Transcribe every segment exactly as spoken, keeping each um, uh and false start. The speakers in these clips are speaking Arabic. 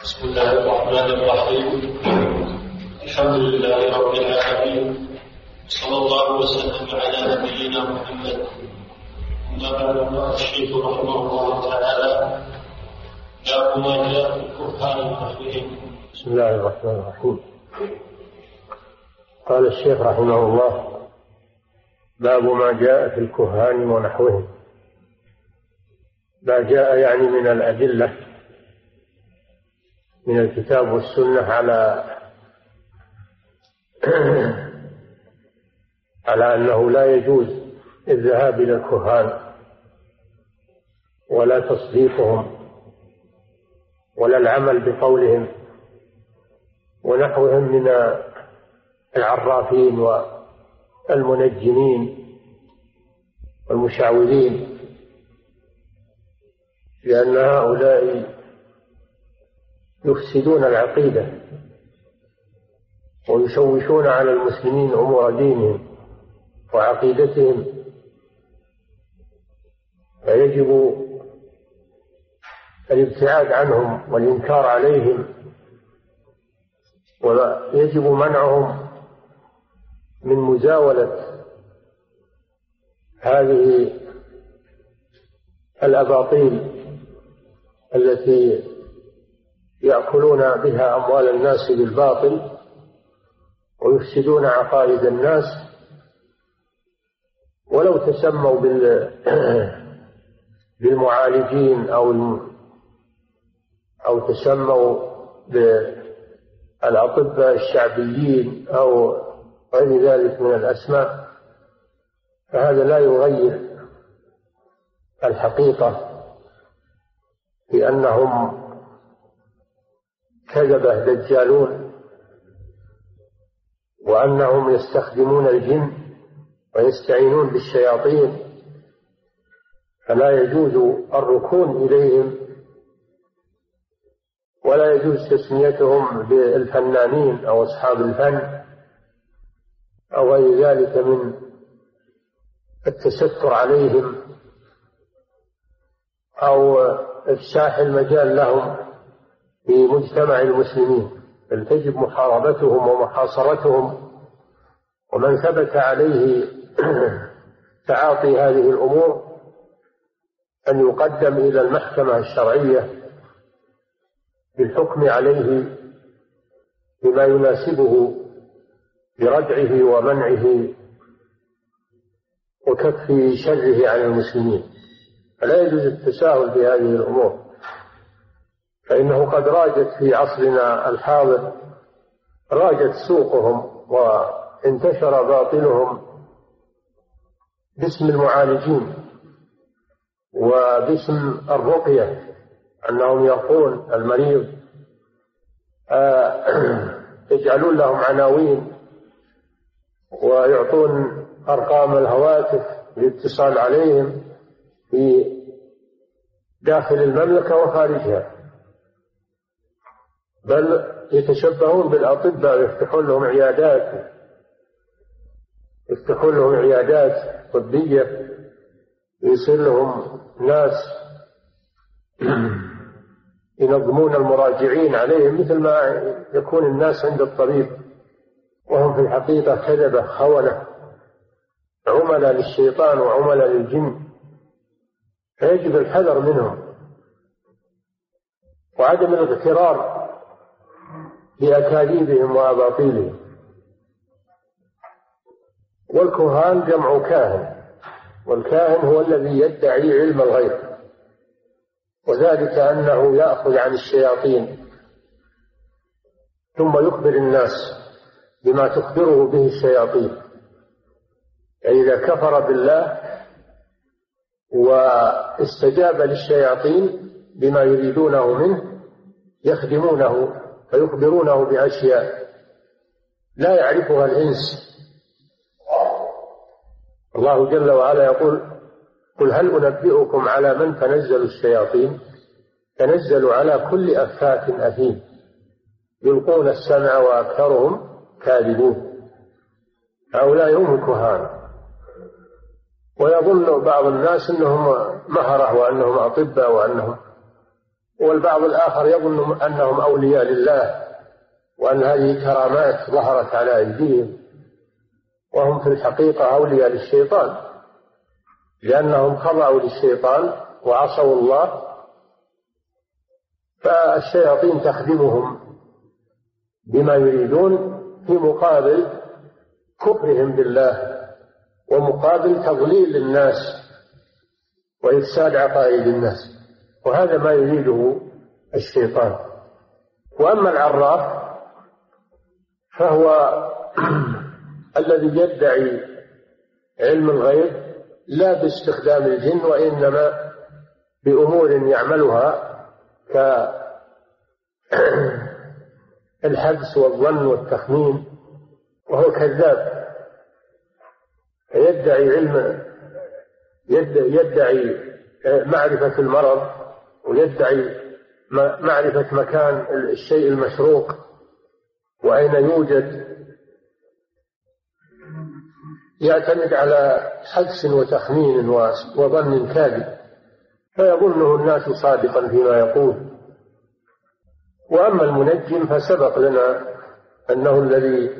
بسم الله الرحمن الرحيم. الحمد لله رب العالمين، صلى الله وسلم على نبينا محمد. أما بعد، قال الشيخ رحمه الله تعالى: باب ما جاء في الكهان ونحوهم. بسم الله الرحمن الرحيم. قال الشيخ رحمه الله: باب ما جاء في الكهان ونحوهم. ما جاء يعني من الأدلة من الكتاب والسنة على على أنه لا يجوز الذهاب إلى الكهان ولا تصديقهم ولا العمل بقولهم ونحوهم من العرافين والمنجمين والمشعوذين، لأن هؤلاء يفسدون العقيدة ويشوشون على المسلمين أمور دينهم وعقيدتهم، فيجب الابتعاد عنهم والإنكار عليهم، ويجب منعهم من مزاولة هذه الأباطيل التي يأكلون بها أموال الناس بالباطل ويفسدون عقائد الناس، ولو تسموا بالمعالجين أو أو تسموا بالأطباء الشعبيين أو غير ذلك من الأسماء، فهذا لا يغير الحقيقة بأنهم كذبة دجالون، وأنهم يستخدمون الجن ويستعينون بالشياطين، فلا يجوز الركون إليهم ولا يجوز تسميتهم بالفنانين أو أصحاب الفن أو غير ذلك من التستر عليهم أو إفساح المجال لهم في مجتمع المسلمين، بل تجب محاربتهم ومحاصرتهم، ومن ثبت عليه تعاطي هذه الأمور أن يقدم إلى المحكمة الشرعية بالحكم عليه بما يناسبه بردعه ومنعه وكف شره عن المسلمين، فلا يجوز التساهل بهذه الأمور، فإنه قد راجت في عصرنا الحاضر، راجت سوقهم وانتشر باطلهم باسم المعالجين وباسم الرقية، أنهم يرقون المريض، يجعلون لهم عناوين ويعطون أرقام الهواتف للاتصال عليهم في داخل المملكة وخارجها، بل يتشبهون بالأطباء، يفتحون لهم عيادات يفتحون لهم عيادات طبية، يصير لهم ناس ينظمون المراجعين عليهم مثل ما يكون الناس عند الطبيب، وهم في الحقيقة كذبة خونة عملاء للشيطان وعملاء للجن، فيجب الحذر منهم وعدم الاغترار بأكاذيبهم وأباطيلهم. والكهان جمع كاهن، والكاهن هو الذي يدعي علم الغيب، وذلك أنه يأخذ عن الشياطين ثم يخبر الناس بما تخبره به الشياطين، يعني إذا كفر بالله واستجاب للشياطين بما يريدونه منه يخدمونه فيخبرونه بأشياء لا يعرفها الإنس. الله جل وعلا يقول: قل هل أنبئكم على من تنزل الشياطين؟ تنزل على كل أفاك أثيم يلقون السمع وأكثرهم كاذبون. هؤلاء هم الكهان، ويظن بعض الناس أنهم مهرة وأنهم أطباء وأنهم والبعض الآخر يظن أنهم أولياء لله وأن هذه كرامات ظهرت على أيديهم، وهم في الحقيقة أولياء للشيطان، لأنهم خضعوا للشيطان وعصوا الله، فالشياطين تخدمهم بما يريدون في مقابل كفرهم بالله ومقابل تضليل الناس وإفساد عقائد الناس، وهذا ما يريده الشيطان. وأما العراف فهو الذي يدعي علم الغيب لا باستخدام الجن، وإنما بأمور يعملها كالحدس والظن والتخمين، وهو كذاب. يدعي علم يدعي معرفة المرض، ويدعي معرفة مكان الشيء المشروق وأين يوجد، يعتمد على حدس وتخمين وظن كاذب، فيظنه الناس صادقا فيما يقول. وأما المنجم فسبق لنا أنه الذي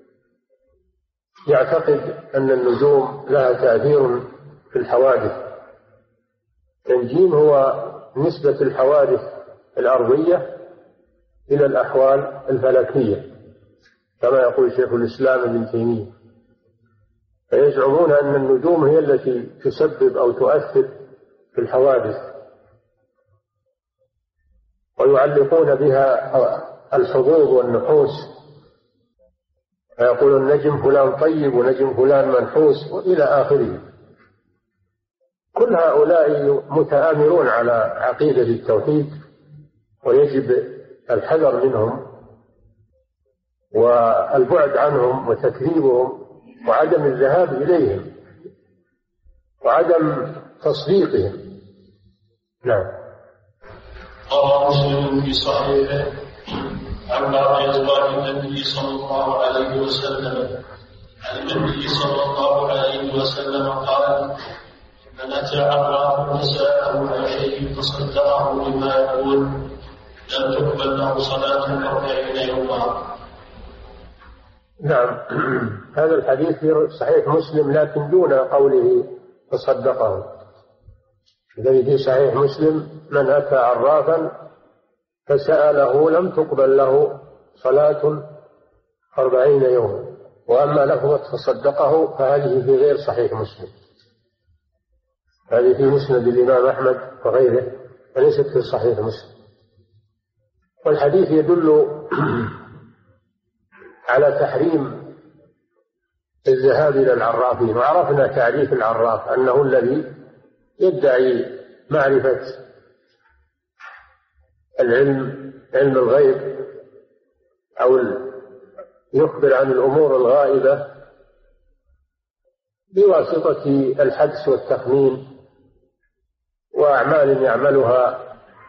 يعتقد أن النجوم لها تأثير في الحوادث. التنجيم هو نسبة الحوادث الأرضية إلى الأحوال الفلكية، كما يقول شيخ الإسلام ابن تيمية، فيزعمون أن النجوم هي التي تسبب أو تؤثر في الحوادث، ويعلقون بها الحظوظ والنحوس، فيقول النجم فلان طيب ونجم فلان منحوس وإلى آخره. كل هؤلاء متآمرون على عقيدة التوحيد، ويجب الحذر منهم والبعد عنهم وتكذيبهم وعدم الذهاب إليهم وعدم تصديقهم. نعم. قال مسلم في صحيحه عن بعض أزواج النبي صلى الله عليه وسلم عن النبي صلى الله عليه وسلم قال: من أتى عرافا فسأله عن شيء فصدقه بما يقول لم تقبل له صلاة أربعين يوما. نعم. هذا الحديث في صحيح مسلم، لكن دون قوله فصدقه. الذي في صحيح مسلم: من أتى عرافا فسأله لم تقبل له صلاة أربعين يوما. وأما لفظة فصدقه فهذه في غير صحيح مسلم، هذه في مسند الإمام أحمد وغيره، وليست في صحيح مسلم. والحديث يدل على تحريم الذهاب إلى العرافين. وعرفنا تعريف العراف أنه الذي يدعي معرفة العلم، علم الغيب، أو يخبر عن الأمور الغائبة بواسطة الحدس والتخمين وأعمال يعملها،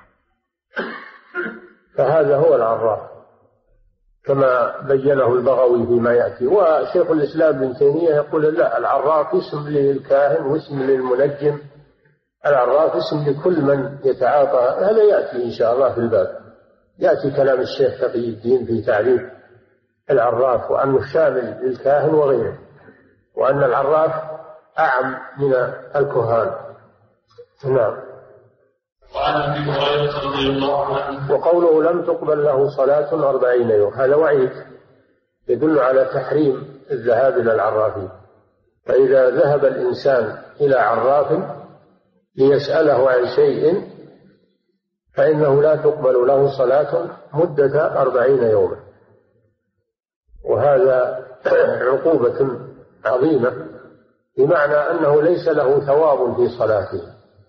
فهذا هو العراف كما بينه البغوي فيما يأتي. وشيخ الإسلام ابن تيمية يقول: لا، العراف اسم للكاهن واسم للمنجم، العراف اسم لكل من يتعاطى. هذا يأتي إن شاء الله في الباب، يأتي كلام الشيخ تقي الدين في تعريف العراف، وأنه شامل للكاهن وغيره، وأن العراف أعم من الكهان. نعم. وعن أبي هريرة رضي الله عنه وقوله لم تقبل له صلاة أربعين يوم، هذا وعيد يدل على تحريم الذهاب إلى العرافين. فإذا ذهب الإنسان إلى عراف ليسأله عن شيء فإنه لا تقبل له صلاة مدة أربعين يوما، وهذا عقوبة عظيمة، بمعنى أنه ليس له ثواب في صلاته.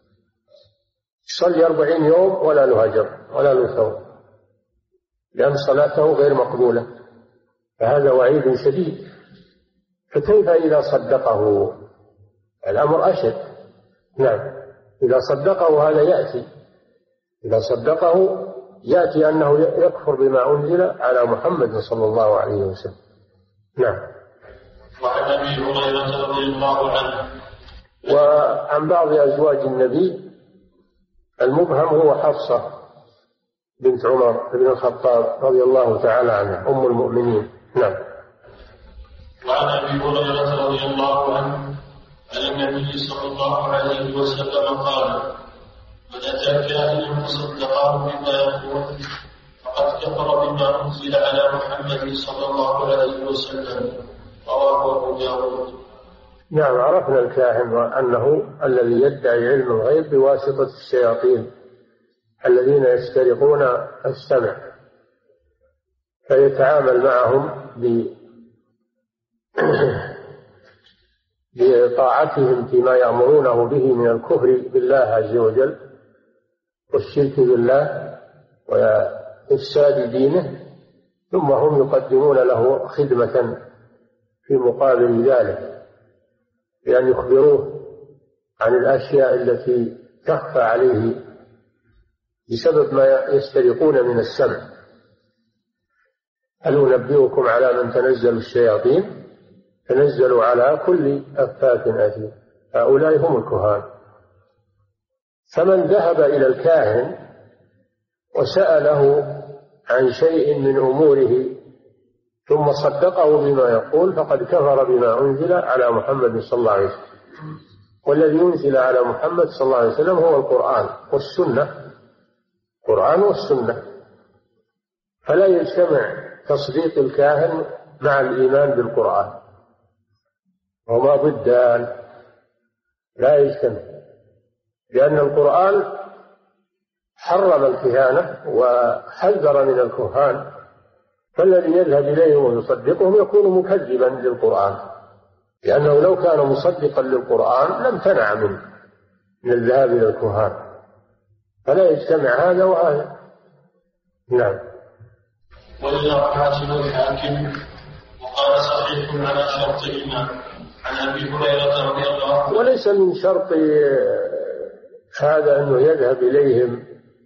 صلي أربعين يوم ولا له أجر ولا له ثواب، لأن صلاته غير مقبولة، فهذا وعيد شديد. فكيف إذا صدقه؟ الأمر أشد. نعم. إذا صدقه هذا يأتي، إذا صدقه يأتي أنه يكفر بما أنزل على محمد صلى الله عليه وسلم. نعم. وعن أبي هريرة رضي الله عنه وعن بعض أزواج النبي المبهم هو حفصة بنت عمر بن الخطاب رضي الله تعالى عنها أم المؤمنين. نعم. وعن أبي هريرة رضي الله عنه عن النبي صلى الله عليه وسلم قال: من أتى كاهنا فصدقه بما يقول فقد كفر بما أنزل على محمد صلى الله عليه وسلم. رواه أبو داود. نعم، عرفنا الكاهن وأنه الذي يدعي علم الغيب بواسطة الشياطين الذين يسترقون السمع، فيتعامل معهم بطاعتهم فيما يأمرونه به من الكفر بالله عز وجل والشرك بالله وإفساد دينه، ثم هم يقدمون له خدمة في مقابل ذلك، بأن يخبروه عن الأشياء التي تخفى عليه بسبب ما يسترقون من السمع. هل أنبئكم على من تنزل الشياطين؟ تنزلوا على كل أفاك أثيم. هؤلاء هم الكهان. فمن ذهب إلى الكاهن وسأله عن شيء من أموره ثم صدقه بما يقول فقد كفر بما أنزل على محمد صلى الله عليه وسلم. والذي أنزل على محمد صلى الله عليه وسلم هو القرآن والسنة، القرآن والسنة. فلا يجتمع تصديق الكاهن مع الإيمان بالقرآن، وما ضدان لا يجتمع، لأن القرآن حرم الكهانة وحذر من الكهان، فالذي يذهب إليهم ويصدقهم يكون مكذبا للقرآن، لأنه لو كان مصدقا للقرآن لم تنع منه من الذهاب إلى الكهان. فلا يجتمع هذا وهذا. نعم. وللأربعة الحاكم وقال صحيح على شرطهما عن أبي هريرة رضي الله عنه. وليس من شرط هذا أنه يذهب إليهم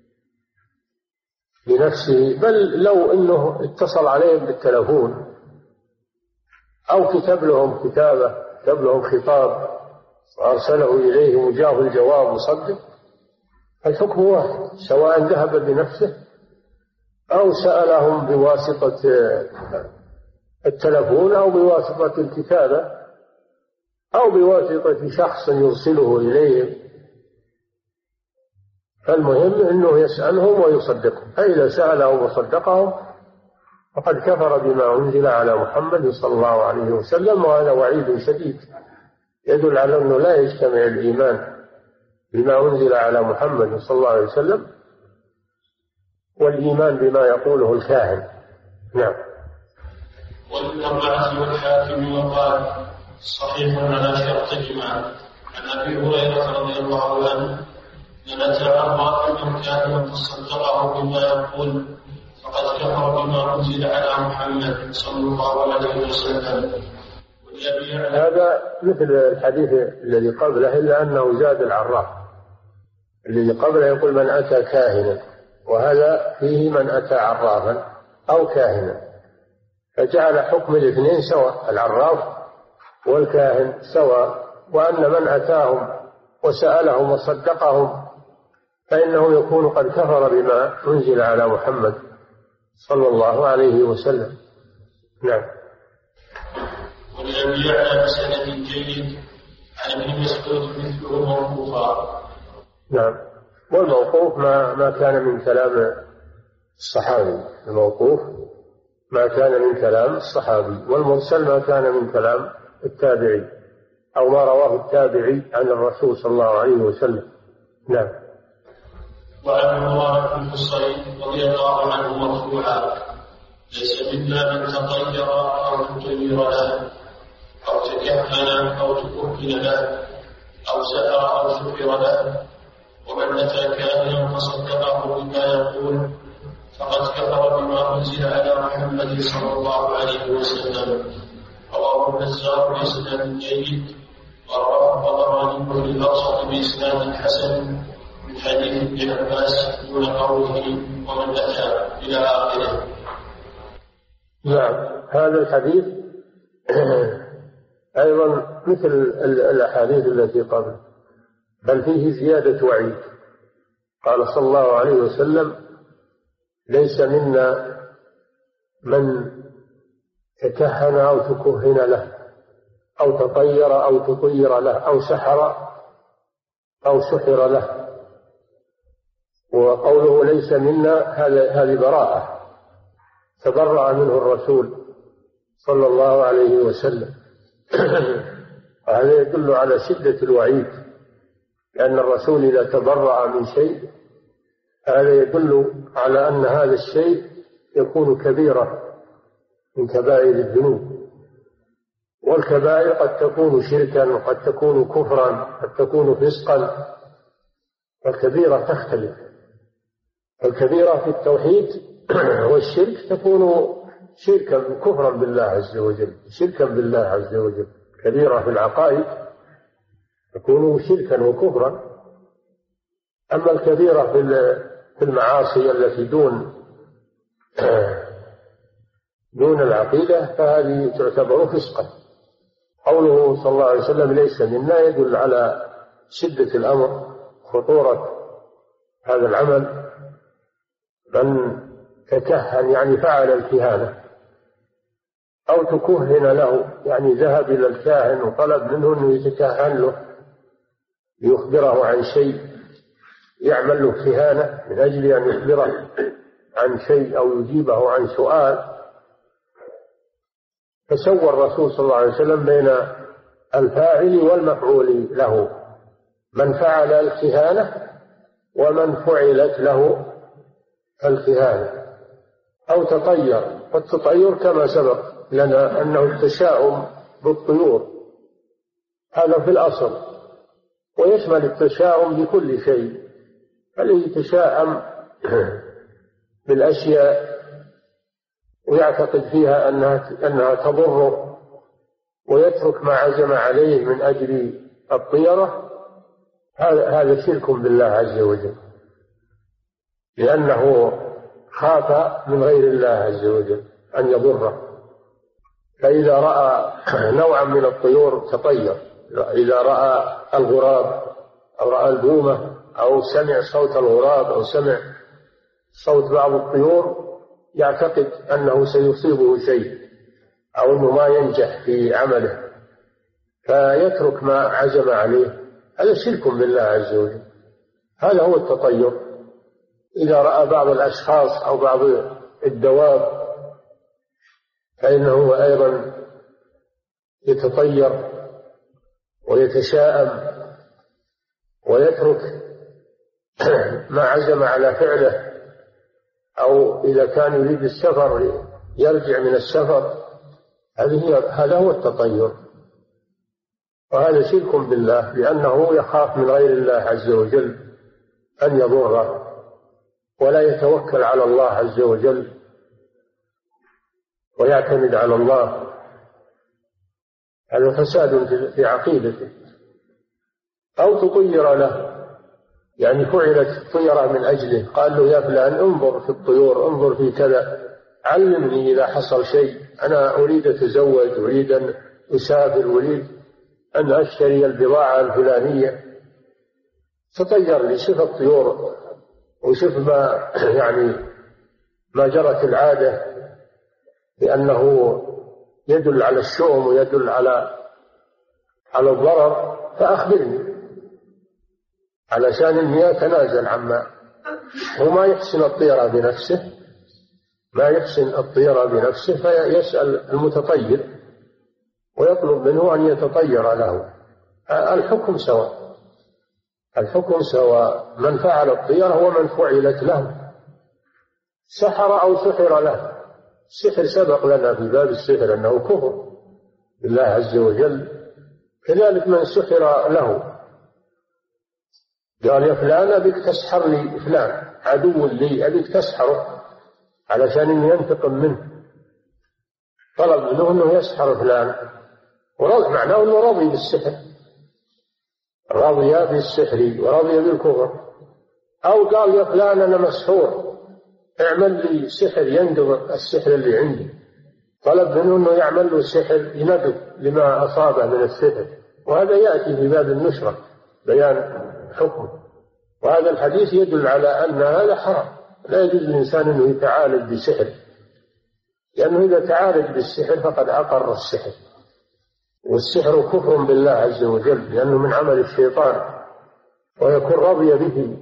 بنفسه، بل لو أنه اتصل عليهم بالتلفون أو كتب لهم كتابة، كتب لهم خطاب وأرسله إليهم وجاءه الجواب مصدق، الحكم واحد، سواء ذهب بنفسه أو سألهم بواسطة التلفون أو بواسطة الكتابة أو بواسطة شخص يرسله إليهم. فالمهم أنه يسألهم ويصدقهم، فإذا سألهم وصدقهم فقد كفر بما أنزل على محمد صلى الله عليه وسلم. وهذا وعيد شديد يدل على أنه لا يجتمع الإيمان بما أنزل على محمد صلى الله عليه وسلم والإيمان بما يقوله الكاهن. نعم. والأربعة والحاكم وقال صحيح على شرطهما عن أبي هريرة رضي الله عنه من أتى من كان فصدقه بما يقول فقد كفر بما أنزل على محمد صلى الله عليه وسلم. هذا مثل الحديث الذي قبله، إلا أنه زاد العراف. الذي قبله يقول من أتى كاهنا، وهذا فيه من أتى عرافا أو كاهنا، فجعل حكم الاثنين سواء، العراف والكاهن سواء، وأن من أتاهم وسألهم وصدقهم فإنه يكون قد كفر بما أنزل على محمد صلى الله عليه وسلم. نعم. ولأبي يعلى بسند جيد عن ابن مسعود مثله موقوفا. نعم. والموقوف ما ما كان من كلام الصحابي، الموقوف ما كان من كلام الصحابي، والمرسل ما كان من كلام التابعي أو ما رواه التابعي عن الرسول صلى الله عليه وسلم. نعم. وعن عمر بن حصين رضي الله عنه مرفوعا ليس منا من تطير أو تطير له أو تكهن أو تكهن له أو سأر أو سفر له، ومن أتى كاهنا فصدقه بما يقول فقد كفر بما أنزل على محمد صلى الله عليه وسلم. رواه البزار بإسناد جيد، ورواه الطبراني في الأوسط بإسناد حسن من حديث ابن عباس دون قوله ومن أتى إلى آخره. نعم. هذا الحديث أيضا مثل الأحاديث التي قبل، بل فيه زيادة وعيد. قال صلى الله عليه وسلم ليس منا من تكهن أو تكهن له أو تطير أو تطير له أو سحر أو سحر له. وقوله ليس منا هذه براءة تبرأ منه الرسول صلى الله عليه وسلم. هذا يدل على شدة الوعيد، لأن الرسول إذا تبرأ من شيء هذا يدل على أن هذا الشيء يكون كبيرة من كبائر الذنوب. والكبائر قد تكون شركا وقد تكون كفرا قد تكون فسقا، والكبيرة تختلف. الكبيرة في التوحيد والشرك تكون شركا كفرا بالله عز وجل، شركا بالله عز وجل. كبيرة في العقائد تكون شركا وكفرا. أما الكبيرة في المعاصي التي دون دون العقيدة فهذه تعتبر فسقا. قوله صلى الله عليه وسلم ليس منا يدل على شدة الأمر، خطورة هذا العمل. من تكهن يعني فعل الكهانة، أو تكهن له يعني ذهب إلى الكاهن وطلب منه أنه يتكهن له ليخبره عن شيء، يعمل له كهانة من أجل أن يخبره عن شيء أو يجيبه عن سؤال. فسوى الرسول صلى الله عليه وسلم بين الفاعل والمفعول له، من فعل الكهانة ومن فعلت له الكهانة. أو تطير، والتطير كما سبق لنا أنه التشاؤم بالطيور، هذا في الأصل، ويشمل التشاؤم بكل شيء. الذي يتشاءم بالأشياء ويعتقد فيها أنها, أنها تضره ويترك ما عزم عليه من أجل الطيرة، هذا هذا شرك بالله عز وجل، لأنه خاف من غير الله عز وجل أن يضره. فإذا رأى نوعا من الطيور تطير، إذا رأى الغراب أو رأى البومة أو سمع صوت الغراب أو سمع صوت بعض الطيور يعتقد أنه سيصيبه شيء أو أنه ما ينجح في عمله فيترك ما عزم عليه، هذا شرك بالله عز وجل. هذا هو التطير. إذا رأى بعض الأشخاص أو بعض الدواب فإنه أيضا يتطير ويتشاءم ويترك ما عزم على فعله. أو إذا كان يريد السفر يرجع من السفر، هذا هو التطير، وهذا شرك بالله، لأنه يخاف من غير الله عز وجل أن يضره ولا يتوكل على الله عز وجل ويعتمد على الله. هذا فساد في عقيدته. أو تطير له، يعني فعلت طيرة من أجله، قال له يا فلان انظر في الطيور، انظر في كذا، علمني إذا حصل شيء، أنا أريد أتزوج، أريد أن أسافر، أريد أن أشتري البضاعة الفلانية، تطير لي، شوف الطيور وشوف ما يعني ما جرت العادة، لأنه يدل على الشؤم ويدل على على الضرر، فأخبرني علشان إني يتنازل عما هو ما يحسن الطيرة بنفسه، ما يحسن الطيرة بنفسه فيسأل المتطير ويطلب منه أن يتطير له. الحكم سواء، الحكم سواء، من فعل الطيرة ومن فعلت له، سحر أو سحر له. السحر سبق لنا في باب السحر أنه كفر بالله عز وجل، كذلك من سحر له قال يا فلان أبيك تسحر لي فلان عدو لي، أبيك تسحره علشان إنه ينتقم منه، طلب منه أنه يسحر فلان، ورضي معناه أنه رضي بالسحر، رضي بالسحر ورضي بالكفر. أو قال يا فلان أنا مسحور، اعمل لي سحر ينقض السحر اللي عندي، طلب منه أنه يعمل له سحر ينقض لما أصابه من السحر، وهذا يأتي في باب النشرة بيان حكمه. وهذا الحديث يدل على أن هذا حرام، لا يجوز للإنسان أنه يتعالج بسحر، لأنه إذا تعالج بالسحر فقد أقر السحر، والسحر كفر بالله عز وجل لأنه من عمل الشيطان، ويكون رضي به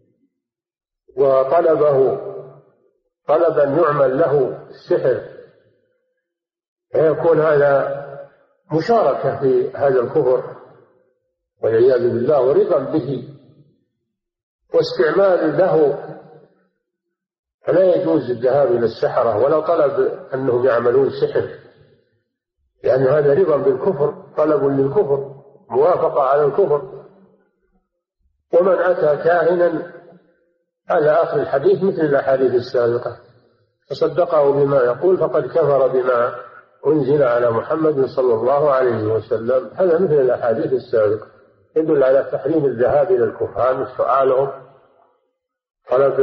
وطلبه طلبا يعمل له السحر، فيكون هذا مشاركة في هذا الكفر والعياذ بالله، ورضا به واستعمال له. فلا يجوز الذهاب إلى السحرة ولا طلب أنهم يعملون سحر، لأن هذا رضا بالكفر، طلب للكفر، موافقة على الكفر. ومن أتى كاهنا على آخر الحديث مثل الأحاديث السابقة فصدقه بما يقول فقد كفر بما أنزل على محمد صلى الله عليه وسلم. هذا مثل الأحاديث السابقة يدل على تحريم الذهاب إلى الكهان وسؤالهم، طلب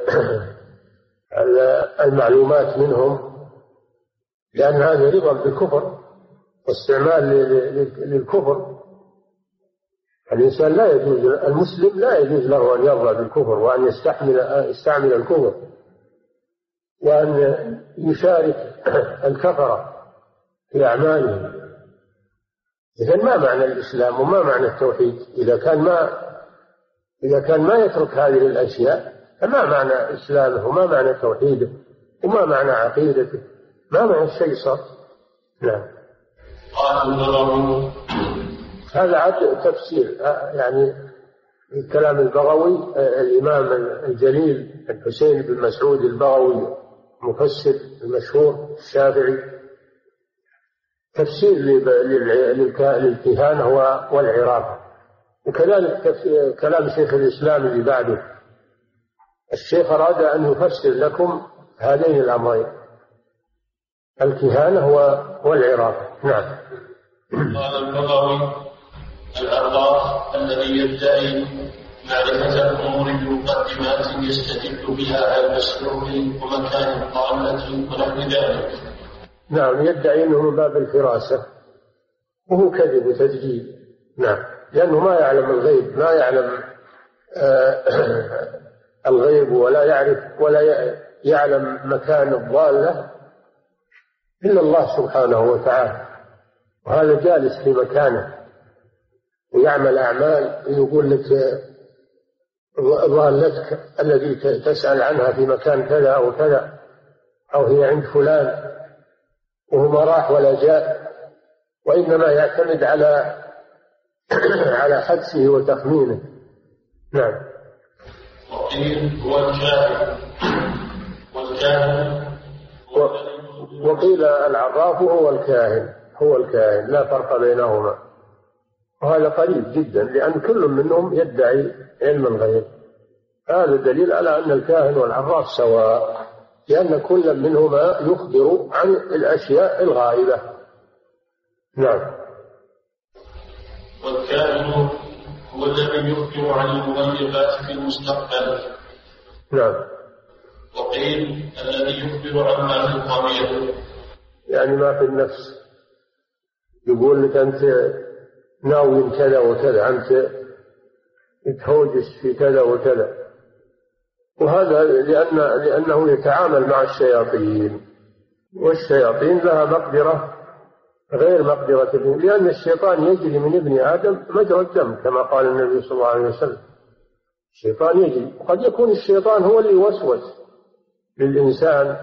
المعلومات منهم، لأن هذا رضا بالكفر واستعمال للكفر. الإنسان لا يجوز، المسلم لا يجوز له أن يرضى بالكفر وأن يستحمل يستعمل الكفر وأن يشارك الكفرة في أعمالهم. إذن ما معنى الإسلام وما معنى التوحيد إذا كان ما إذا كان ما يترك هذه الأشياء؟ فما معنى إسلامه وما معنى توحيده وما معنى عقيدته؟ ما معنى الشيء صار؟ نعم. هذا عد تفسير يعني الكلام البغوي. الإمام الجليل الحسين بن مسعود البغوي مفسر المشهور الشافعي، تفسير للكهانة والعرافة. وكذلك كلام شيخ الإسلام اللي بعده، الشيخ أراد أن يفسر لكم هذين الأمرين، الكهانة والعرافة. نعم. قال البغوي: الأرباح الذي يدعي معرفة الأمور بمقدمات يستدل بها على المسلوب ومكان الضالة ونحو ذلك. نعم، يدعي أنه من باب الفراسة، وهو كذب وتدجيل. نعم، لأنه ما يعلم الغيب، ما يعلم آه الغيب ولا يعرف ولا يعلم مكان الضالة إلا الله سبحانه وتعالى، وهذا جالس في مكانه ويعمل أعمال يقول لك ضالتك الذي تسأل عنها في مكان كذا أو كذا، أو هي عند فلان، وهو ما راح ولا جاء، وإنما يعتمد على على حدسه وتخمينه. نعم. وقيل هو الكاهن والكاهن وقيل العراف هو الكاهن هو الكاهن لا فرق بينهما، وهذا قريب جدا لأن كل منهم يدعي علم الغيب. هذا دليل على أن الكاهن والعراف سواء، لأن كل منهما يخبر عن الأشياء الغائبة. نعم. والكاهن هو الذي يخبر عن المغيبات في المستقبل. نعم. وقيل الذي يخبر عما في الضمير، يعني ما في النفس، يقول لك أنت ناوي كذا وكذا، أنت تهوجس في كذا وكذا، وهذا لأن لأنه يتعامل مع الشياطين، والشياطين لها مقدرة غير مقدرة ابن، لأن الشيطان يجري من ابن آدم مجرى الدم كما قال النبي صلى الله عليه وسلم. الشيطان يجري، وقد يكون الشيطان هو اللي يوسوس للإنسان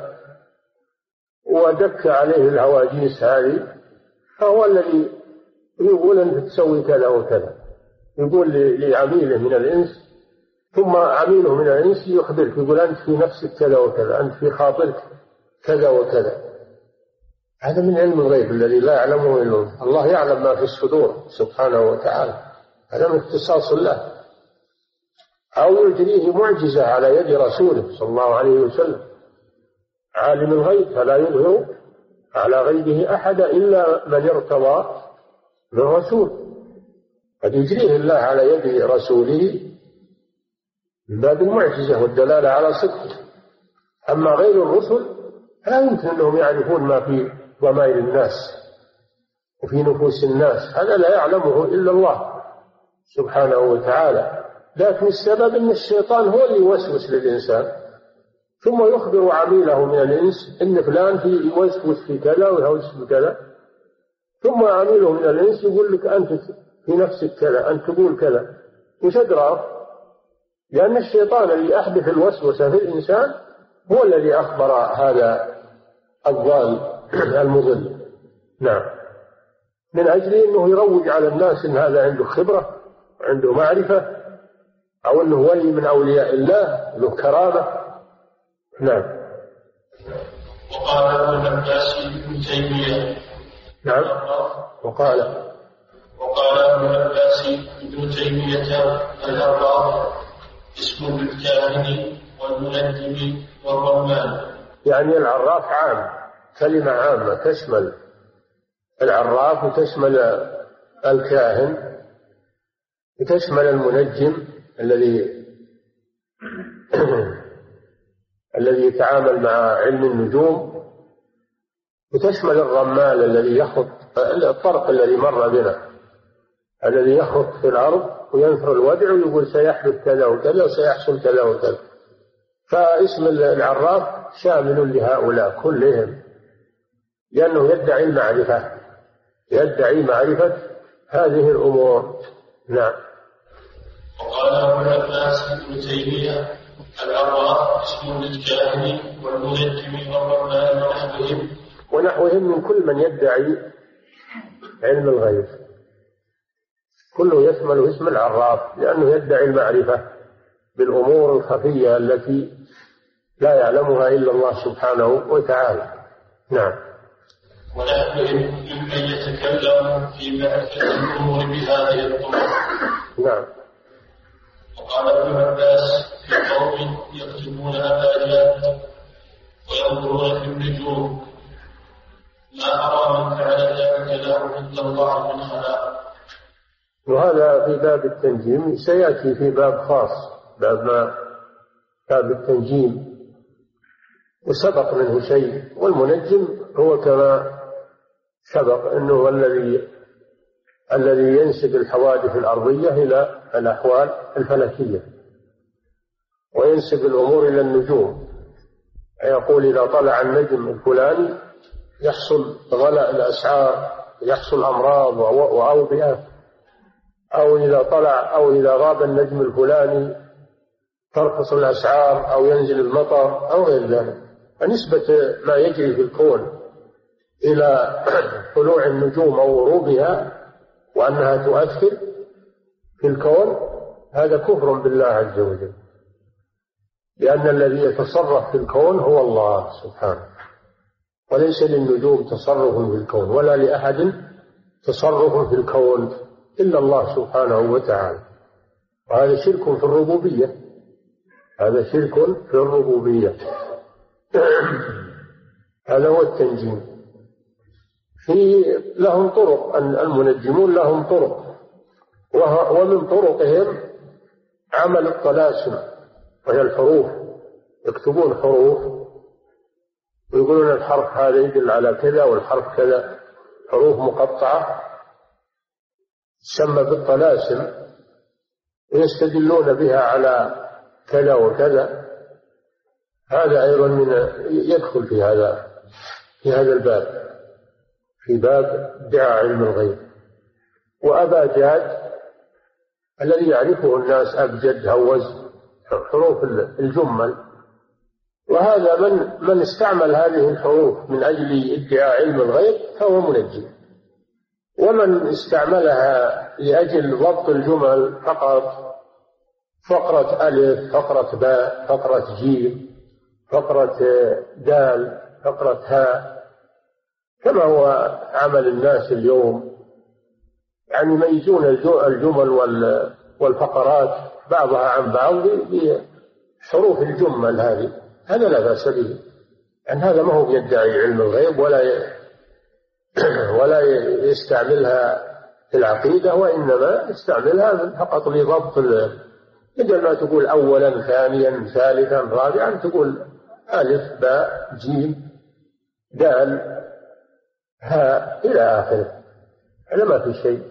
ودك عليه الهواجيس هذه، فهو الذي يقول أنت تسوي كذا وكذا، يقول لعميله من الإنس، ثم عميله من الإنس يخبرك، يقول أنت في نفسك كذا وكذا، أنت في خاطرك كذا وكذا. هذا من علم الغيب الذي لا يعلمه إلا الله. الله يعلم ما في الصدور سبحانه وتعالى، هذا من اختصاص الله. أو يجريه معجزة على يد رسوله صلى الله عليه وسلم، عالم الغيب فلا يظهر على غيبه أحد إلا من ارتضى من رسول، قد يجريه الله على يد رسوله من باب المعجزة والدلالة على صدقه. أما غير الرسل لا يمكن أنهم يعرفون ما في ضمائر الناس وفي نفوس الناس، هذا لا يعلمه إلا الله سبحانه وتعالى. لكن السبب أن الشيطان هو اللي يوسوس للإنسان ثم يخبر عميله من الإنس إن فلان في يوسوس في كذا ويوسوس في كذا، ثم عميله من الإنس يقول لك أنت في نفسك كذا، أنت تقول كذا، وش أدراك؟ لأن الشيطان اللي أحدث الوسوسة في الإنسان هو الذي أخبر هذا الضال المضل. نعم، من أجل أنه يروج على الناس إن هذا عنده خبرة، عنده معرفة، أو أنه ولي من أولياء الله، له كرامة. نعم. وقال ابن عباس ابن تيمية. نعم. وقال وقال ابن عباس ابن تيمية الأرباب اسم للكاهن والمنجم والرمان. يعني العراف عام، كلمة عامة تشمل العراف وتشمل الكاهن وتشمل المنجم الذي الذي يتعامل مع علم النجوم، وتشمل الرمال الذي يخط الطرق الذي مر بنا، الذي يخط في الأرض وينثر الودع ويقول سيحدث كذا وكذا وسيحصل كذا وكذا. فاسم العراف شامل لهؤلاء كلهم، لأنه يدعي المعرفة، يدعي معرفة هذه الأمور. نعم. وقال ابن عباس ابن تيمية العراف اسم للكاهن والمنجم والرمان ونحوهم ونحوهم من كل من يدعي علم الغيب، كله يشمل اسم العراف، لأنه يدعي المعرفة بالأمور الخفية التي لا يعلمها إلا الله سبحانه وتعالى. نعم. ونحوهم ممن يتكلم في معرفة الأمور بهذه الطرق. نعم. وقال ابن عباس في قوم يكتبون الآيات وينظرون في النجوم ما أرى من فعل ذلك له عند الله من خلاق. وهذا في باب التنجيم، سيأتي في باب خاص، باب ما باب التنجيم، وسبق منه شيء. والمنجم هو كما سبق أنه الذي الذي ينسب الحوادث الأرضية إلى الأحوال الفلكية، وينسب الأمور إلى النجوم، يقول إذا طلع النجم الفلاني يحصل غلاء الأسعار، يحصل أمراض وأوبئة، أو إذا طلع أو إذا غاب النجم الفلاني ترخص الأسعار أو ينزل المطر أو غير ذلك. فنسبة ما يجري في الكون إلى طلوع النجوم أو غروبها وأنها تؤثر في الكون، هذا كفر بالله عز وجل، لأن الذي يتصرف في الكون هو الله سبحانه، وليس للنجوم تصرف في الكون ولا لأحد تصرف في الكون إلا الله سبحانه وتعالى. وهذا شرك في الربوبية، هذا شرك في الربوبية. هذا هو التنجيم. في لهم طرق، المنجمون لهم طرق، ومن طرقهم عمل الطلاسم وهي الحروف، يكتبون حروف ويقولون الحرف هذا يدل على كذا والحرف كذا، حروف مقطعة تسمى بالطلاسم، ويستدلون بها على كذا وكذا. هذا أيضا من يدخل في هذا في هذا الباب، في باب ادعاء علم الغيب. وأبا جاد الذي يعرفه الناس، أبجد، هوز، حروف الجمل. وهذا من من استعمل هذه الحروف من أجل ادعاء علم الغيب فهو منجم، ومن استعملها لأجل ضبط الجمل فقط، فقرة ألف، فقرة باء، فقرة جيم، فقرة دال، فقرة هاء، كما هو عمل الناس اليوم، يعني يميزون الجمل والفقرات بعضها عن بعض بحروف الجمل هذه. هذا لا بأس به، أن هذا ما هو يدعي علم الغيب ولا ولا يستعملها في العقيدة، وإنما يستعملها فقط لضبط، بدل ما تقول أولا ثانيا ثالثا رابعا تقول ألف باء جيم دال هاء إلى آخره، هذا ما في شيء.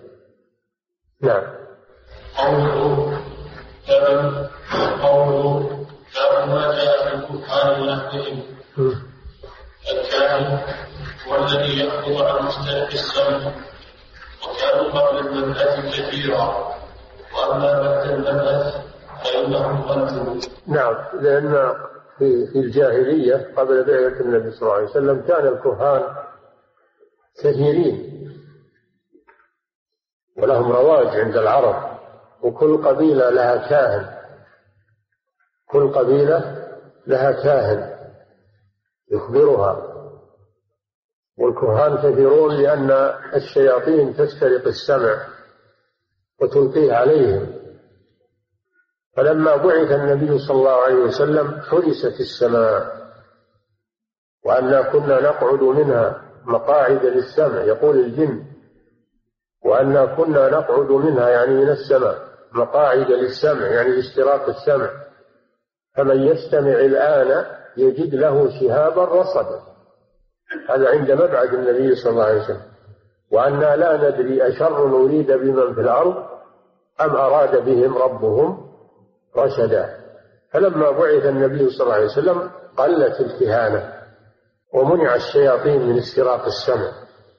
نعم. قوله قوله ولما جاء في الكفار ونحوهم الكاهن هو الذي يأخذ عن مستحق السمع، وكانوا قبل المبعث كثيرا، وأما بعد المبعث فإنهم قلبوا. نعم، لأن في في الجاهلية قبل بعثة النبي صلى الله عليه وسلم كان الكهان كثيرين ولهم رواج عند العرب، وكل قبيلة لها كاهن، كل قبيلة لها كاهن يخبرها. والكهان كثيرون لأن الشياطين تسترق السمع وتلقيه عليهم. فلما بعث النبي صلى الله عليه وسلم حرست السماء، وأنا كنا نقعد منها مقاعد للسمع، يقول الجن، وأنا كنا نقعد منها يعني من السماء مقاعد للسمع يعني لاستراق السمع، فمن يستمع الآن يجد له شهابا رصدا. هذا عند مبعث النبي صلى الله عليه وسلم. وأنا لا ندري أشر أريد بمن في الأرض أم أراد بهم ربهم رشدا. فلما بعث النبي صلى الله عليه وسلم قلت الكهانة ومنع الشياطين من استراق السمع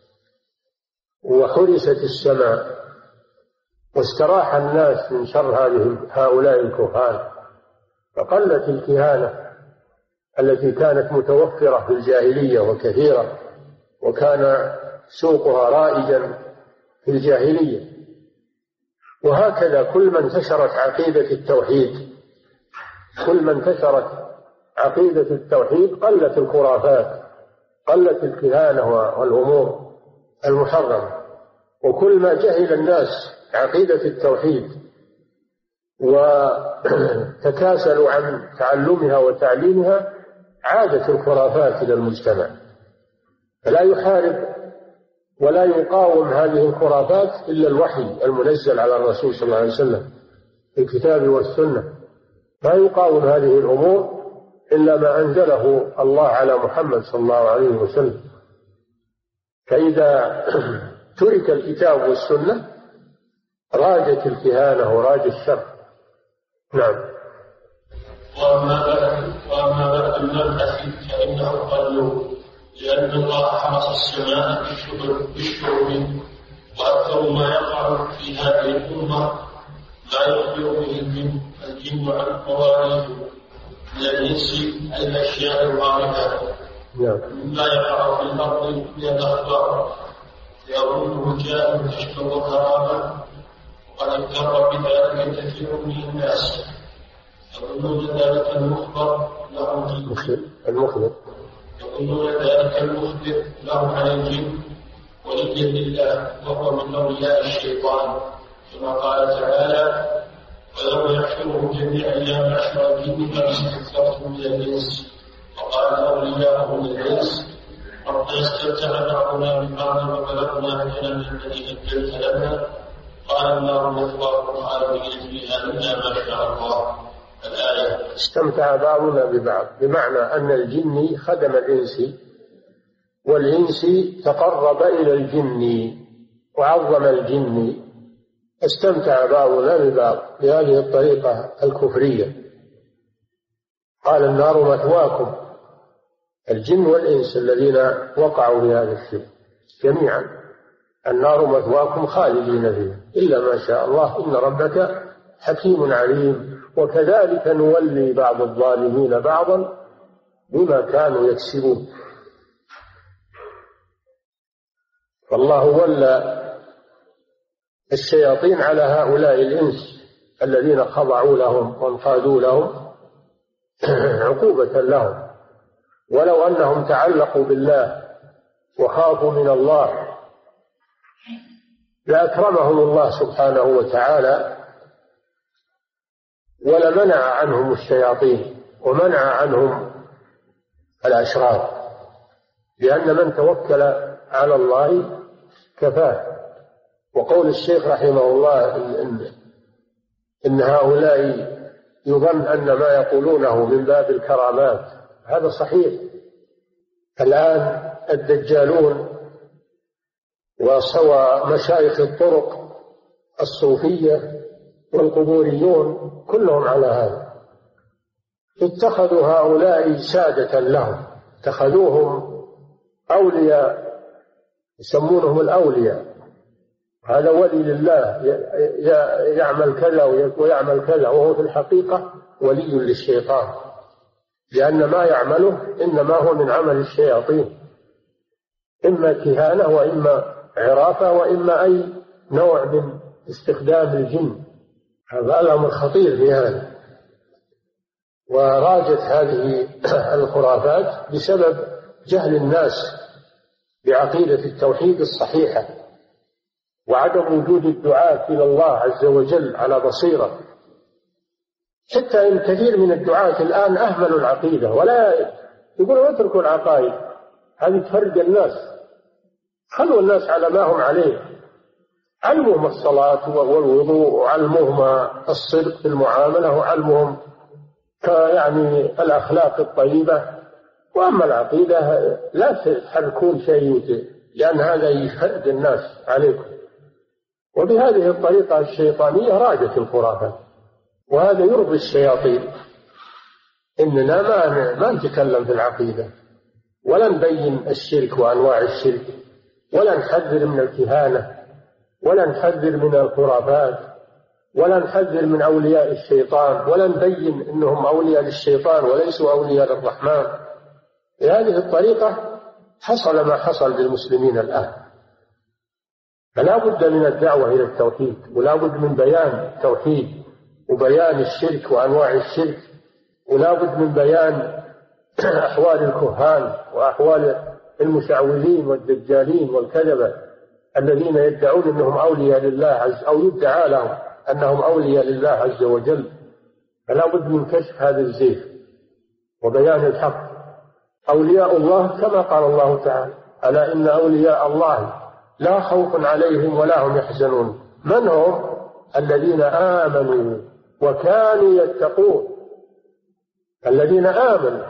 وحرست السماء، واستراح الناس من شر هذه هؤلاء الكهان، فقلت الكهانة التي كانت متوفرة في الجاهلية وكثيرة، وكان سوقها رائجا في الجاهلية. وهكذا كل ما انتشرت عقيدة التوحيد كل ما انتشرت عقيدة التوحيد قلت الخرافات، قلت الكهانة والأمور المحرمة. وكل ما جهل الناس عقيدة التوحيد وتكاسلوا عن تعلمها وتعليمها عادت الخرافات إلى المجتمع. فلا يحارب ولا يقاوم هذه الخرافات إلا الوحي المنزل على الرسول صلى الله عليه وسلم في الكتاب والسنة، لا يقاوم هذه الأمور إلا ما أنزله الله على محمد صلى الله عليه وسلم. فإذا ترك الكتاب والسنة راجت الكهانة وراج الشر. نعم. وأما بعد وأما بعد المبعث فإنه قالوا لأن الله حرس السماء بالشهب، وأكثر ما يقع في هذه الأمة ما يخبر به الجن الجن عن مواريث من الإنس أي الأشياء الواردة مما يقع في الأرض من الأخبار، يظنه جاء تشبه كرامة، وقد اغتر بذلك كثير من الناس يظنون ذلك المخبر له المخبر يظنون ذلك المخبر له عن الجن ولي لله، وهو من أولياء الشيطان، كما قال تعالى: ويوم يحشرهم جميعا يا معشر الجن قد استكثرتم من الإنس وقال أولياؤهم الإنس ربنا استمتع بعضنا ببعض وبلغنا أجلنا الذي أجلت لنا قال النار مثواكم خالدين فيها إلا ما شاء الله. الآية. استمتع بعضنا ببعض بمعنى أن الجن خدم الإنس والإنس تقرب إلى الجن وعظم الجن، استمتع بعضنا ببعض بهذه الطريقة الكفرية. قال النار مثواكم، الجن والإنس الذين وقعوا بهذا الشيء جميعا، النار مثواكم خالدين فيها إلا ما شاء الله إن ربك حكيم عليم. وكذلك نولي بعض الظالمين بعضا بما كانوا يكسبون. فالله ولى الشياطين على هؤلاء الإنس الذين خضعوا لهم وانقادوا لهم عقوبة لهم، ولو أنهم تعلقوا بالله وخافوا من الله لأكرمهم الله سبحانه وتعالى ولمنع عنهم الشياطين ومنع عنهم الأشرار، لأن من توكل على الله كفاه. وقول الشيخ رحمه الله إن, إن هؤلاء يظن أن ما يقولونه من باب الكرامات، هذا صحيح. الآن الدجالون وصوى مشايخ الطرق الصوفية والقبوريون كلهم على هذا، اتخذوا هؤلاء سادة لهم، اتخذوهم أولياء، يسمونهم الأولياء، هذا ولي لله يعمل كذا ويعمل كذا، وهو في الحقيقة ولي للشيطان، لأن ما يعمله إنما هو من عمل الشياطين، إما كهانة وإما عرافة وإما أي نوع من استخدام الجن. هذا الأمر خطير في هذا. وراجت هذه الخرافات بسبب جهل الناس بعقيدة التوحيد الصحيحة، وعدم وجود الدعاة إلى الله عز وجل على بصيرة، حتى إن كثير من الدعاة الآن أهملوا العقيدة، ولا يقولوا اتركوا العقائد، هذه تفرق الناس، خلوا الناس على ما هم عليه، علموهم الصلاة والوضوء، وعلموهم الصدق في المعاملة، وعلموهم يعني الأخلاق الطيبة، وأما العقيدة لا تحركون شيء، لأن هذا يفرق الناس عليكم. وبهذه الطريقة الشيطانية راجت الخرافات، وهذا يرضي الشياطين. إننا ما ما نتكلم في العقيدة، ولا نبين الشرك وأنواع الشرك، ولا نحذر من الكهانة، ولا نحذر من الخرافات، ولا نحذر من أولياء الشيطان، ولا نبين أنهم أولياء للشيطان وليسوا أولياء للرحمن. بهذه الطريقة حصل ما حصل للمسلمين الآن. فلا بد من الدعوة إلى التوحيد، ولا بد من بيان التوحيد وبيان الشرك وأنواع الشرك، ولا بد من بيان أحوال الكهان وأحوال المشعوذين والدجالين والكذبة الذين يدعون أنهم أولياء لله عز أو يدعى لهم أنهم أولياء لله عز وجل. فلا بد من كشف هذا الزيف وبيان الحق. أولياء الله كما قال الله تعالى: ألا إن أولياء الله لا خوف عليهم ولا هم يحزنون. من هم؟ الذين آمنوا وكانوا يتقون. الذين آمنوا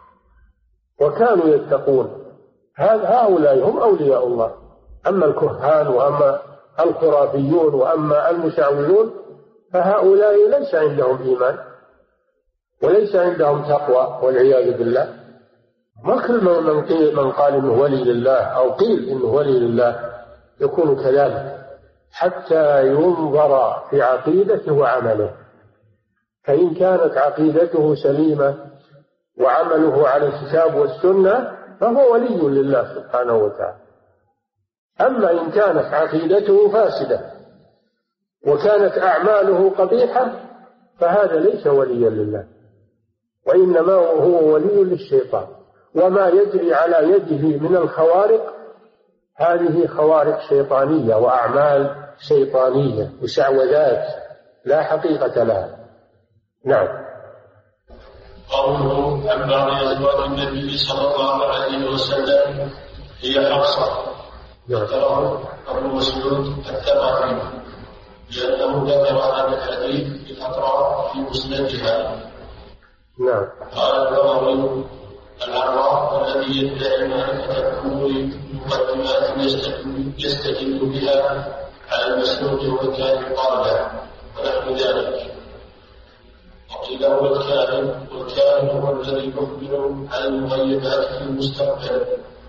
وكانوا يتقون هؤلاء هم أولياء الله. أما الكهان وأما الخرافيون وأما المشعوذون فهؤلاء ليس عندهم إيمان وليس عندهم تقوى والعياذ بالله. ما كل من قيل من قال إنه ولي لله أو قيل إنه ولي لله يكون كذلك، حتى ينظر في عقيدته وعمله. فإن كانت عقيدته سليمة وعمله على الكتاب والسنة فهو ولي لله سبحانه وتعالى. أما إن كانت عقيدته فاسدة وكانت أعماله قبيحة فهذا ليس وليا لله، وإنما هو ولي للشيطان. وما يجري على يده من الخوارق هذه خوارق شيطانية وأعمال شيطانية وشعوذات لا حقيقة لها. نعم. قوله عن بعض أزواج النبي صلى الله عليه وسلم هي حفصة، ذكره أبو مسعود الثقفي لأنه ذكر هذا الحديث بالأطراف في مسندها. نعم. قال النووي: العراف الذي يدعي معرفة الأمور مقدمات يستدل بها على المسلوك والكاهن قال ونحو ذلك. وقيل هو الكاهن، والكاهن هو الذي يخبر عن المغيبات في المستقبل،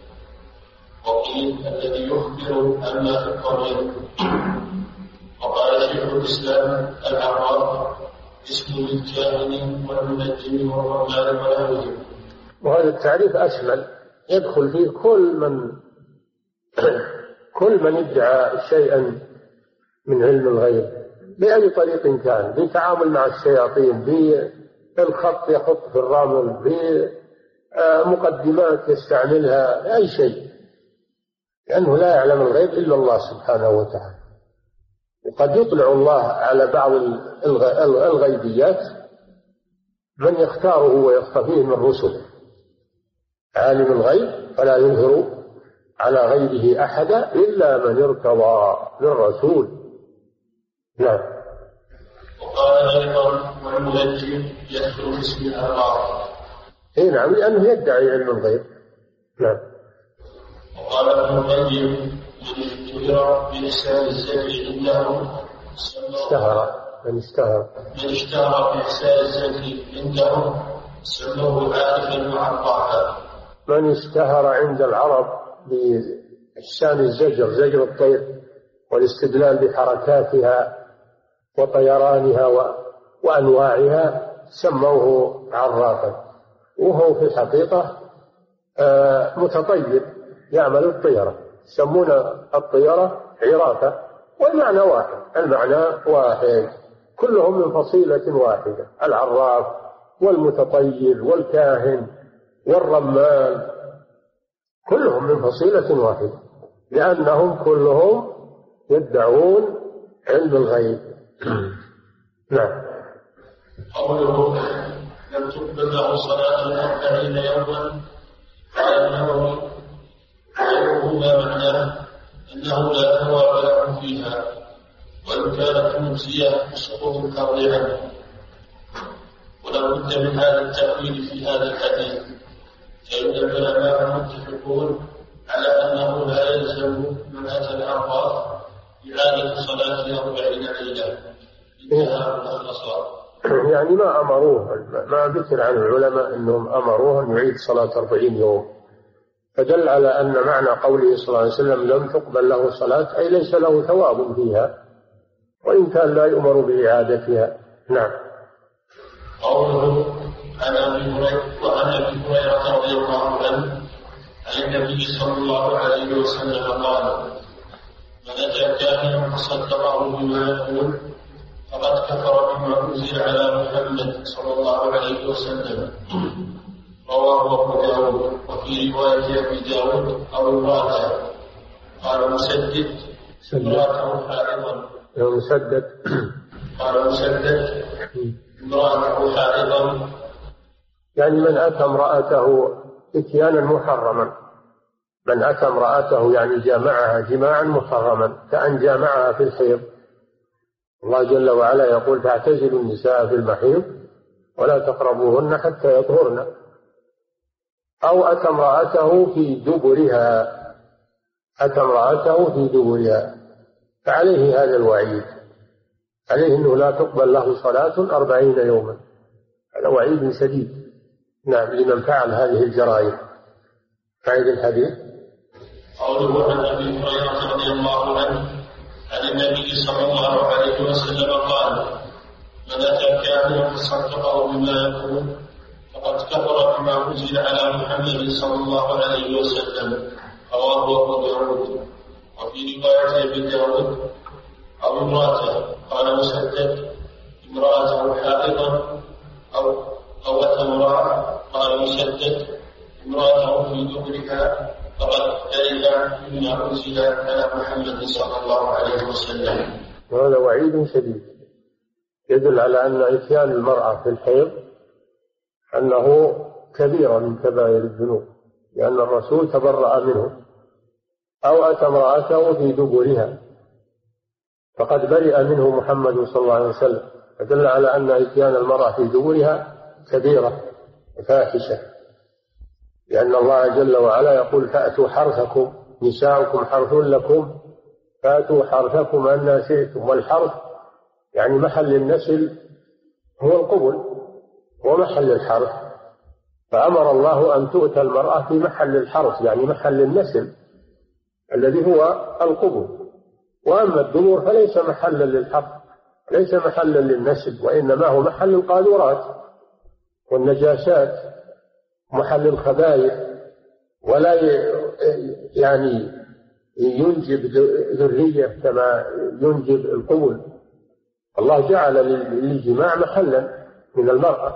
وقيل الذي يخبر عما في الضمير. وقال شيخ الإسلام: العراف اسم للكاهن والمنجم والرمال ونحوهم. وهذا التعريف أشمل، يدخل فيه كل من كل من يدعى شيئا من علم الغيب بأي طريق كان، بالتعامل مع الشياطين، بالخط يخط في الرمل، بمقدمات يستعملها، أي شيء، لأنه لا يعلم الغيب إلا الله سبحانه وتعالى. وقد يطلع الله على بعض الغيبيات من يختاره ويصطفيه من رسله. عالم الغيب فلا يظهر على غيبه أحدا إلا من ارتضى للرسول. نعم. وقال أيضا: والمنجم يدخل باسم العراف. إيه نعم، لأنه يدعي علم الغيب. نعم. وقال ابن القيم: من اشتهر بإحسان الزكي عنده اشتهر من اشتهر من اشتهر بإحسان الزكي عنده سموه عارفا وعطافا. من اشتهر عند العرب بإحسان الزجر، زجر الطير والاستدلال بحركاتها وطيرانها وأنواعها، سموه عرافا، وهو في الحقيقة متطير يعمل الطيرة، يسمون الطيرة عرافة، والمعنى واحد، المعنى واحد، كلهم من فصيلة واحدة، العراف والمتطير والكاهن والرمال، كلهم من فصيلة واحدة، لأنهم كلهم يدعون علم الغيب. نعم. قوله لم تقبل له صلاة أربعين يوما، قال النووي غيره ما معناه أنه لا ثواب له فيها، وإن كانت مجزية بسقوط الفرض عنه، ولا بد من هذا التأويل في هذا الحديث، فإن العلماء متفقون على أنه لا يلزم من أتى الأرباط إعادة صلاة أربعين ليلة انتهى من الخصار. يعني ما أمروه، ما ذكر عن العلماء أنهم أمروه أن يعيد صلاة أربعين يوم، فدل على أن معنى قوله صلى الله عليه وسلم لم تقبل له صلاة أي ليس له ثواب فيها، وإن كان لا يؤمر بإعادتها. نعم. قوله عن أبي هريرة وعن أبي هريرة رضي الله عنه عن النبي صلى الله عليه وسلم قال: من أتى كاهنا فصدقه بما يقول فقد كفر بما أنزل على محمد صلى الله عليه وسلم. رواه أبو داود. وفي رواية أبي داود أو امرأته، قال مسدد امرأته حائضا. مسدد قال مسدد امرأته حائضا، يعني من أتى امرأته إتيانا محرما، من أتى امرأته يعني جامعها جماعا محرما، كأن جامعها في الحيض. الله جل وعلا يقول: فاعتزلوا النساء في المحيض ولا تقربوهن حتى يطهرن. أو أتى امرأته في دبرها، أتى امرأته في دبرها، فعليه هذا الوعيد، عليه أنه لا تقبل له صلاة أربعين يوما، هذا وعيد شديد. نعم، لمن فعل هذه الجرائم. فعيد الحديث. قوله عن أبي هريرة رضي الله عنه عن النبي صلى الله عليه وسلم قال: من أتى كاهنا فصدقه بما يقول فقد كفر بما أنزل على محمد صلى الله عليه وسلم. رواه أبو داود. وفي رواية أبي داود أو امرأته، قال مسدد امرأته حائضا أو أو أتى امرأة، قال مسدد امرأته في دبرها فقد كره مما أنزل على محمد صلى الله عليه وسلم. وهذا وعيد شديد يدل على أن إتيان المرأة في الحيض أنه كبيرة من كبائر الذنوب، لأن الرسول تبرأ منه. أو أتى امرأته في دبرها فقد برئ منه محمد صلى الله عليه وسلم، فدل على أن إتيان المرأة في دبرها كبيرة وفاحشة، لأن الله جل وعلا يقول: فأتوا حرثكم، نساؤكم حرث لكم فأتوا حرثكم أن شئتم. والحرث يعني محل النسل هو القبل، هو محل الحرث، فأمر الله أن تؤتى المرأة في محل الحرث، يعني محل النسل الذي هو القبل. وأما الدبر فليس محلا للحرث، ليس محلا للنسل، وإنما هو محل القاذورات والنجاسات، محل الخبائث، ولا يعني ينجب ذرية كما ينجب القبل. الله جعل للجماع محلا من المرأة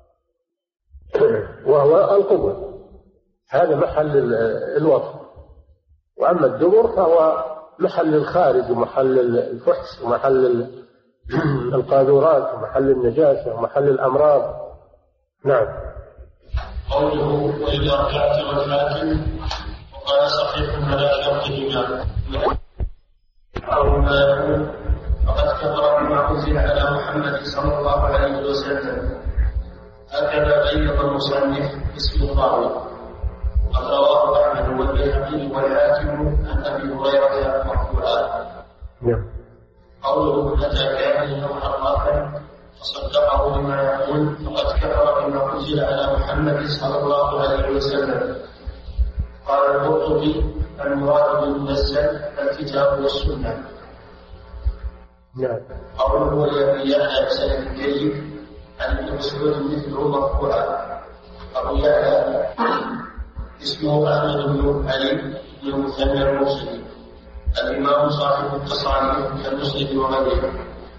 وهو القبل، هذا محل الوطن. وأما الدبر فهو محل الخارج ومحل الفحش ومحل القاذورات ومحل النجاسة ومحل الأمراض. نعم. قوله: وإذا ركعت ركعات، وقال صحيح على شرطهما أو ما يقول فقد كفر بما أنزل على محمد صلى الله عليه وسلم. هكذا بين المصنف اسم الراوي. قد رواه أحمد والبيهقي والحاكم عن أبي هريرة مرفوعا. قوله: أتى كاهنا أو عرافا فصدقه بما يقول فقد كفر بما أنزل على محمد صلى الله عليه وسلم. قال القرطبي: المراد بالمنزل الكتاب والسنة. نعم. قوله يحيى بسند جيد عن ابن مسعود مثله مرفوعا. أبو يحيى اسمه أحمد بن علي بن مثنى الموصلي، الإمام صاحب التصانيف كالمسند وغيره.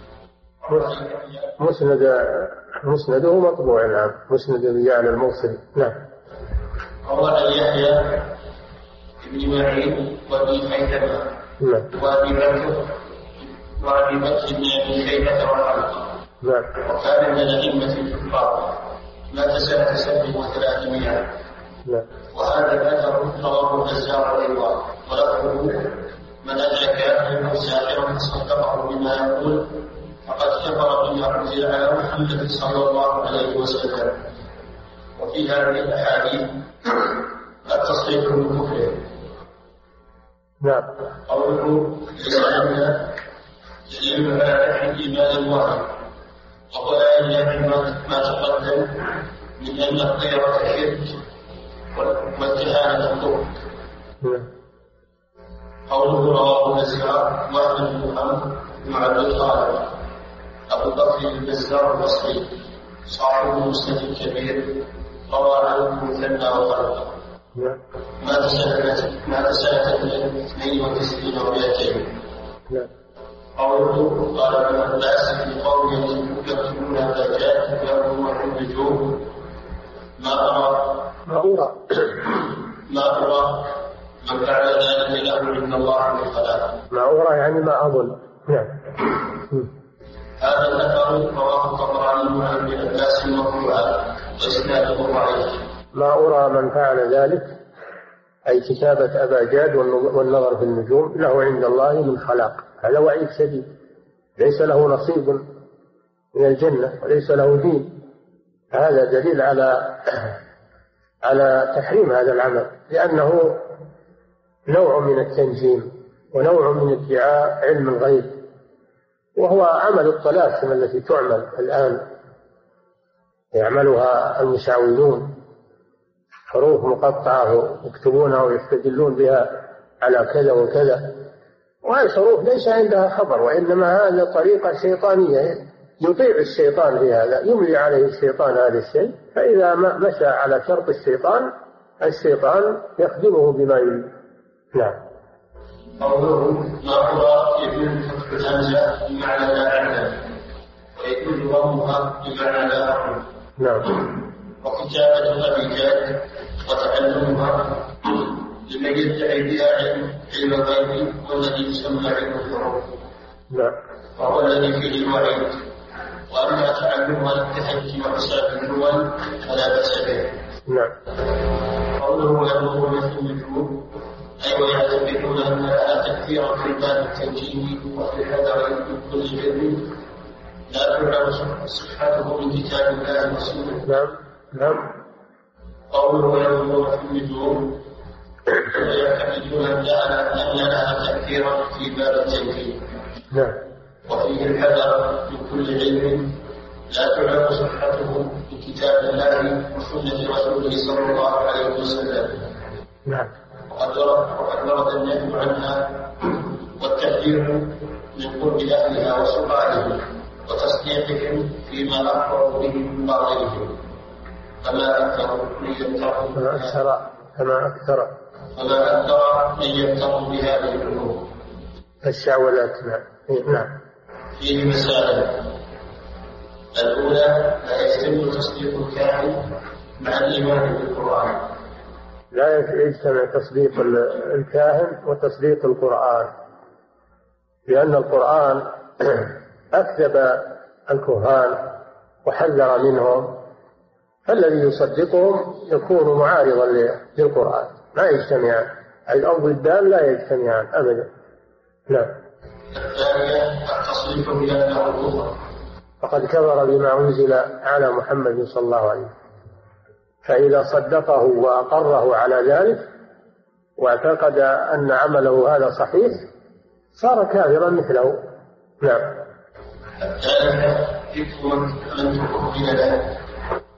مسند مسنده مطبوع. نعم. مسند رجال الموصلي. نعم. قال يحيى بن معين وابي حيثمة وابي بكر وابي بكر بن ابي شيبة وحلقة. نعم. وكان من الأئمة الكفار، مات سنة سبع وثلاثمائة. نعم. وهذا الأثر رواه البزار أيضا، ولفظه: من أدرك أهله ساحرا فصدقه بما يقول فقد كفر بما أنزل على محمد صلى الله عليه وسلم. وفي هذه الأحاديث التصريح بالكفر. نعم. قوله: لسألنا دليل على إيمان الواحد، وهو لا يجب ما تقدم من أن الطيرة شرك والكهانة الكفر. قوله: رواه البزار وأحمد بن عمرو بن عبد الخالق أبو بكر البزار البصري صاحب المسند الكبير، روى عنه مثنى وخلق. مات سنة مات سنة اثنين وتسعين ومائتين. قوله: قال ابن عباس في قوم يكتبون الدجال يرمون النجوم ما أرى ما أرى ما أرى من فعل ذلك له عند الله من خلاق. ما أرى يعني ما أظن. نعم. هذا الأثر رواه الطبراني عن ابن عباس مرفوعا وإسناده ضعيف. ما أرى من فعل ذلك أي كتابة أباجاد والنظر في النجوم له عند الله من خلاق. هذا وعيد شديد، ليس له نصيب من الجنة وليس له دين. هذا دليل على على تحريم هذا العمل، لأنه نوع من التنجيم ونوع من ادعاء علم الغيب، وهو عمل الطلاسم التي تعمل الآن، يعملها المشعوذون، حروف مقطعة يكتبونها ويستدلون بها على كذا وكذا، وهذه الحروف ليس عندها خبر، وإنما هذا طريقة شيطانية يطيع الشيطان في هذا، يملي عليه الشيطان هذا الشيء، فإذا ما مشى على شرط الشيطان الشيطان يخدمه بما يريد. نعم. قوله: ما أرى يكون فتح الهمزة بمعنى لا أعلم، ويكون ضمها بمعنى لا أعلم. نعم. وكتابة الأبيات وتعلمها لمن يدعي بها علم علم الغيب والذي يسمى علم الحروف. نعم. وهو الذي فيه الوعيد. وأما تعلمها للتحدي وحساب الدول فلا بأس به. نعم. قوله: يبلغون في النجوم أي ويعتقدون أن لها تكثيرا في باب التنجيم وفي الحذر من كل علم لا تعلم صحته من كتاب الله وسنة. نعم. نعم. قوله: يبلغون في النجوم ويعتقدون أن لها تكثيرا في باب التنجيم. نعم. وفيه الحذر من كل علم لا تعلم صحته من كتاب الله وسنة رسوله صلى الله عليه وسلم. نعم. وقد ورد النهي عنها والتحذير من قرب أهلها وسؤالهم وتصديقهم فيما أخبروا به من باطلهم. فما أكثر من يبتغوا فما أكثر فما أكثر فما أكثر من يبتغوا بهذه الأمور الشعوذات. نعم. فيه مسائل. الأولى: لا يتم تصديق الكاهن مع الإيمان بالقرآن. لا يجتمع تصديق الكاهن وتصديق القرآن، لأن القرآن أكذب الكهان وحذر منهم، فالذي يصدقهم يكون معارضا للقرآن، ما يجتمعان، الأرض الدال لا يجتمعان أبدا. نعم. الثانية: التصريح بأنه كفر، فقد كفر بما أنزل على محمد صلى الله عليه وسلم، فإذا صدقه وأقره على ذلك واعتقد أن عمله هذا صحيح صار كافرا مثله. نعم. الثالثة: ذكر من تقبل له،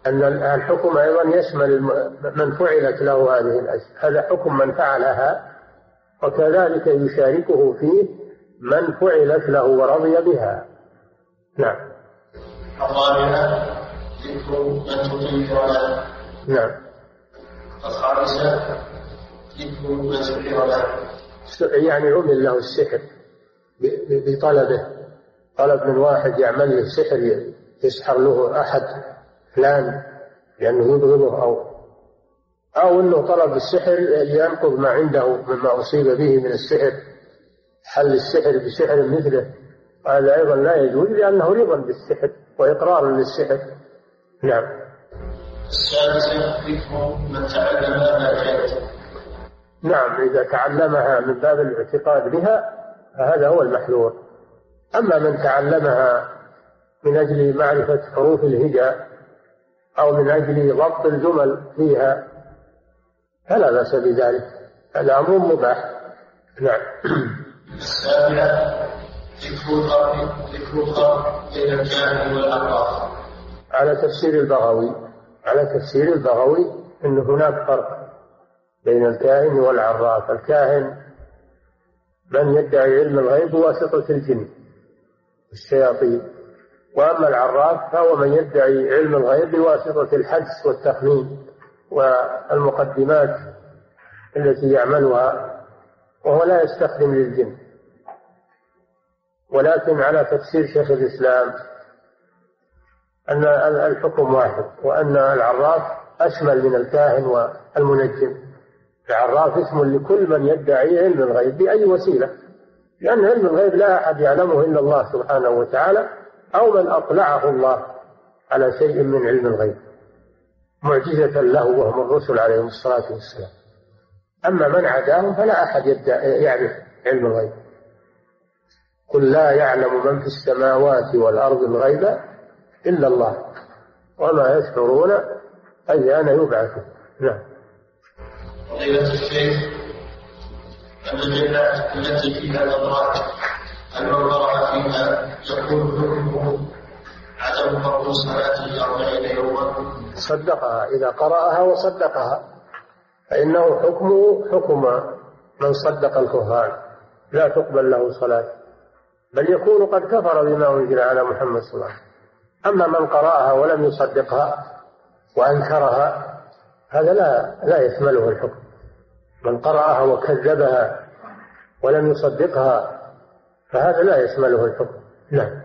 أن الحكم أيضا يشمل من فعلت له هذه الأشياء، هذا حكم من فعلها، وكذلك يشاركه فيه من فعلت له ورضي بها. نعم. الرابعة ذكر من تطيع له. نعم. الخامسة ذكر من سحر له، يعني عمل له السحر بطلبه، طلب من واحد يعمل له سحر، يسحر له أحد فلان لأنه يبغضه، أو أو أنه طلب السحر لينقض ما عنده مما أصيب به من السحر، حل السحر بسحر مثله، هذا أيضا لا يجوز لأنه رضا بالسحر وإقرار للسحر. نعم. السادسة ذكر من تعلم ما جاءت. نعم، إذا تعلمها من باب الاعتقاد بها فهذا هو المحذور. أما من تعلمها من أجل معرفة حروف الهجاء أو من أجل ضبط الجمل فيها فلا بأس بذلك، هذا أمر مباح. نعم. السابعة ذكر الفرق ذكر الفرق بين الكاهن والعراف. على تفسير البغوي على تفسير البغوي أن هناك فرق بين الكاهن والعراف. الكاهن من يدعي علم الغيب بواسطة الجن الشياطين، وأما العراف فهو من يدعي علم الغيب بواسطة الحدس والتخمين والمقدمات التي يعملها، وهو لا يستخدم للجن. ولكن على تفسير شيخ الإسلام أن الحكم واحد، وأن العراف أشمل من الكاهن والمنجم. العراف اسم لكل من يدعي علم الغيب بأي وسيلة، لأن علم الغيب لا أحد يعلمه إلا الله سبحانه وتعالى، أو من أطلعه الله على شيء من علم الغيب معجزة له وهم الرسل عليهم الصلاة والسلام. أما من عداهم فلا أحد يعرف علم الغيب. قل لا يعلم من في السماوات والأرض الغيب إلا الله وما يشعرون أيان يبعثون. نعم. فضيلة الشيخ، أن الجنات التي فيها الأبراج المنظرة فيها يكون حكمه عدم فرض صلاته أربعين يوما. صدقها إذا قرأها وصدقها فإنه حكمه حكم من صدق الكهان، لا تقبل له صلاة، بل يكون قد كفر بما أنزل على محمد صلى الله عليه وسلم. أما من قرأها ولم يصدقها وأنكرها هذا لا لا يشمله الحكم. من قرأها وكذبها ولم يصدقها فهذا لا يشمله الحكم. نعم.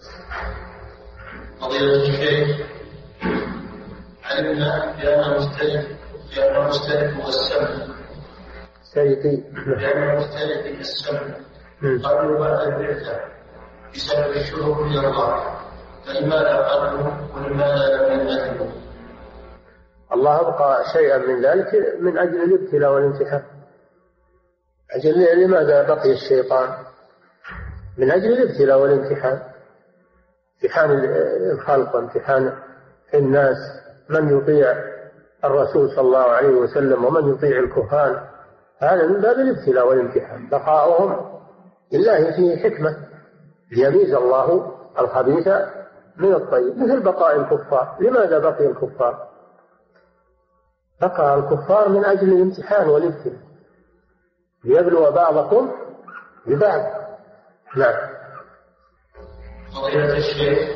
فضيلة الشيخ، علمنا بأن مستلف بأن مستلف هو السمع. سيقي. بأن مستلف السمع قبل بعد البعثة بسبب الشرك إلى الله، فلماذا قبله ولماذا لم ينتهوا؟ الله أبقى شيئا من ذلك من أجل الابتلاء والامتحان. أجل لماذا بقي الشيطان؟ من أجل الابتلاء والامتحان، امتحان الخلق وامتحان الناس، من يطيع الرسول صلى الله عليه وسلم ومن يطيع الكهان، هذا من باب الابتلاء والامتحان. بقاؤهم لله فيه حكمة ليميز الله الخبيث من الطيب، مثل بقاء الكفار. لماذا بقي الكفار؟ بقى الكفار من أجل الامتحان والابتلاء ليبلو بعضكم ببعض. نعم. فضيلة الشيخ،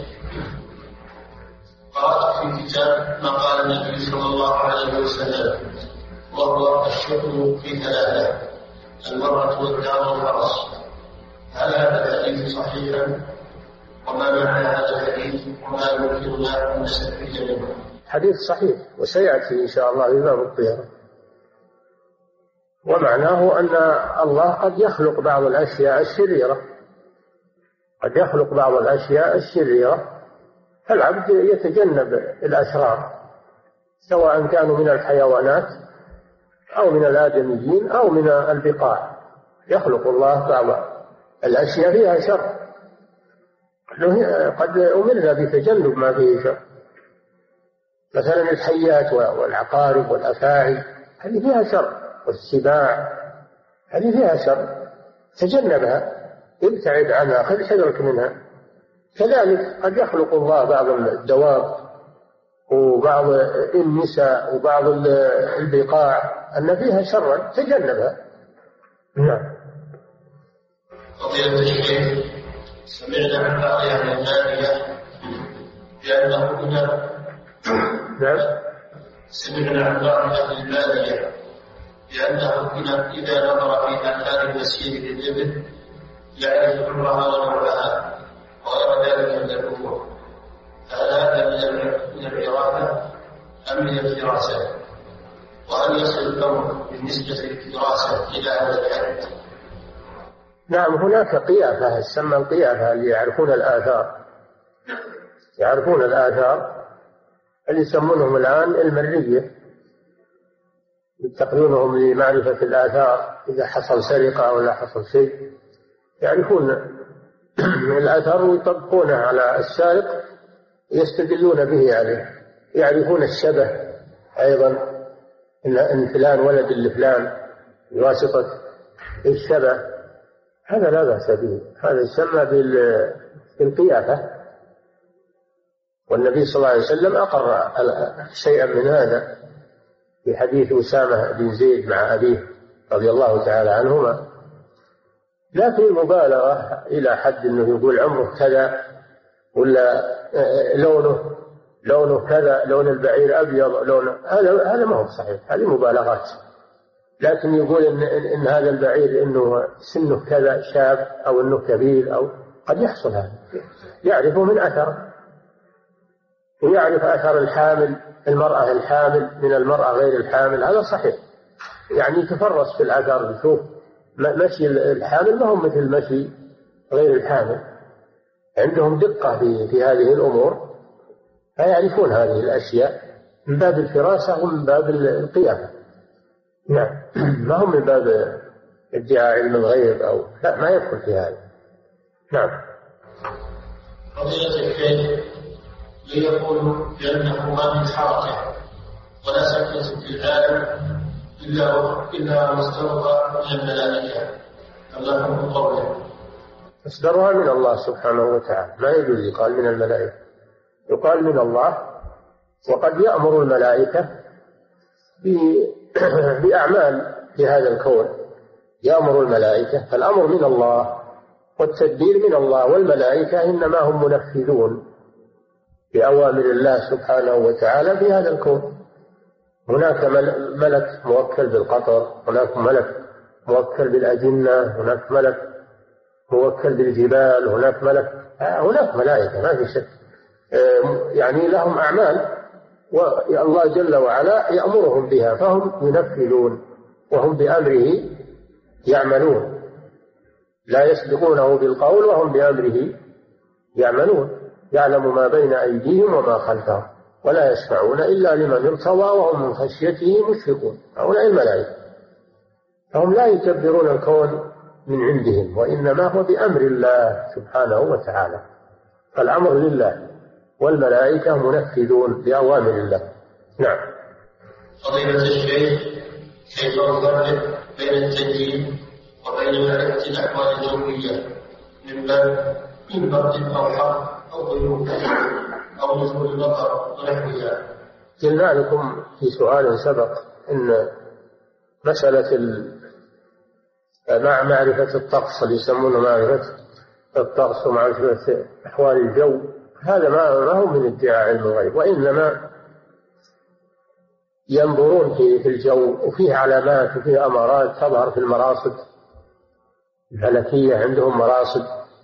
قرأت في كتاب ما قال النبي صلى الله عليه وسلم، وهو الشكر في ثلاثة: المرأة والدار والفرس. هل هذا الحديث صحيحا؟ وما معنى هذا الحديث؟ وما يمكننا أن نستفيد منه؟ حديث صحيح وسيأتي إن شاء الله في باب الطيرة. ومعناه أن الله قد يخلق بعض الأشياء الشريرة قد يخلق بعض الأشياء الشريرة فالعبد يتجنب الأشرار، سواء كانوا من الحيوانات أو من الآدميين أو من البقاع. يخلق الله بعض الأشياء فيها شر، قد أمرنا بتجنب ما فيه شر، مثلا الحيات والعقارب والأفاعي، هذه فيها شر، والسباع هذه فيها شر، تجنبها، ابتعد عنها، خذ حذرك منها. كذلك قد يخلق الله بعض الدواب وبعض النساء وبعض البقاع أن فيها شرا تجنبها. نعم. فضيلة الشيخ، سمعنا عن بعض أهل الجاهلية بأنه كنا نعم سمعنا عن بعض أهل البادية بأنه كنا إذا نظر في آثار المسير للإبل يعرف عمرها ونوعها وغير ذلك من الأمور، فهل هذا من الوراثة أم من الفراسة؟ وهل يصل الأمر بالنسبة للفراسة إلى هذا الحد؟ نعم، هناك قيافة تسمى القيافة اللي يعرفون الآثار، يعرفون الآثار اللي يسمونهم الآن المرية، تقريبهم لمعرفة الآثار إذا حصل سرقة ولا حصل شيء يعرفون الآثار ويطبقونها على السارق يستدلون به عليه، يعرفون الشبه أيضا إن فلان ولد لفلان بواسطة الشبه، هذا لا بأس به، هذا يسمى بالقيافة، والنبي صلى الله عليه وسلم أقر شيئا من هذا في حديث أسامة بن زيد مع أبيه رضي الله تعالى عنهما، لكن المبالغة إلى حد أنه يقول عمره كذا ولا لونه لونه كذا، لون البعير أبيض، لونه هذا هذا ما هو صحيح، هذه مبالغات. لكن يقول إن, إن هذا البعير إنه سنه كذا شاب أو إنه كبير، أو قد يحصل هذا، يعرفه من أثر، ويعرف أثر الحامل، المرأة الحامل من المرأة غير الحامل، هذا صحيح، يعني يتفرس في الأثر، يشوف مشي الحامل ما هو مثل مشي غير الحامل، عندهم دقة في, في هذه الأمور، فيعرفون هذه الأشياء من باب الفراسة ومن باب القيافة. نعم، ما هم من باب ادعاء علم الغيب أو لا، ما يدخل في هذا. نعم. فضيلة الشيخ، ليقول بأنه ما من حركة ولا سكنة في العالم إلا إلا مستوى من الملائكة، اللهم قوله مصدرها من الله سبحانه وتعالى، ما يجوز يقال من الملائكة، يقال من الله، وقد يأمر الملائكة بأعمال في هذا الكون، يأمر الملائكة، فالأمر من الله والتدبير من الله، والملائكة إنما هم منفذون بأوامر الله سبحانه وتعالى في هذا الكون. هناك ملك موكل بالقطر، هناك ملك موكل بالأجنة، هناك ملك موكل بالجبال، هناك ملك هناك ملائكة ما في شك، يعني لهم أعمال والله جل وعلا يأمرهم بها، فهم ينفذون وهم بأمره يعملون، لا يسبقونه بالقول وهم بأمره يعملون، يعلم ما بين أيديهم وما خلفهم ولا يشفعون إلا لمن ارتضى وهم من خشيته مشفقون، هؤلاء الملائكة، فهم لا يكبرون الكون من عندهم، وإنما هو بأمر الله سبحانه وتعالى، فالأمر لله، والملائكة منفذون لأوامر الله. نعم. فضيلة الشيخ، كيف نفرق بين التنجيم وبين معرفة الأحوال الجوية من باب من برد أو حر أو غيوم أو نزول المطر ونحوها؟ قلنا لكم في سؤال سبق إن مسألة مع معرفة الطقس اللي يسمونه معرفة الطقس ومعرفة أحوال الجو، هذا ما هو من ادعاء علم الغيب، وإنما ينظرون في الجو، وفيه علامات وفيه أمارات تظهر في المراصد الفلكية، عندهم مراصد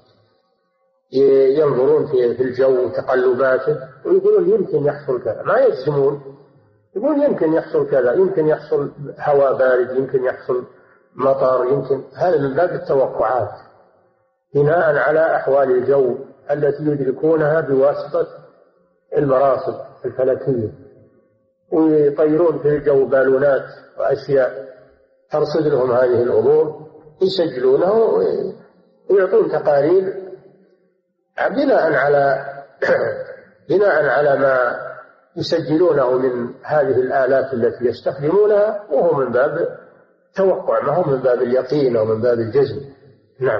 ينظرون في الجو وتقلباته ويقولون يمكن يحصل كذا، ما يجزمون، يقول يمكن يحصل كذا، يمكن يحصل هواء بارد، يمكن يحصل مطر، يمكن، هذا من باب التوقعات بناء على أحوال الجو التي يدركونها بواسطة المراصد الفلكية، ويطيرون في الجو بالونات وأشياء ترصد لهم هذه الأمور، يسجلونها ويعطون تقارير بناء على بناء على ما يسجلونه من هذه الآلات التي يستخدمونها، وهو من باب توقع، ما هو من باب اليقين أو من باب الجزم. نعم.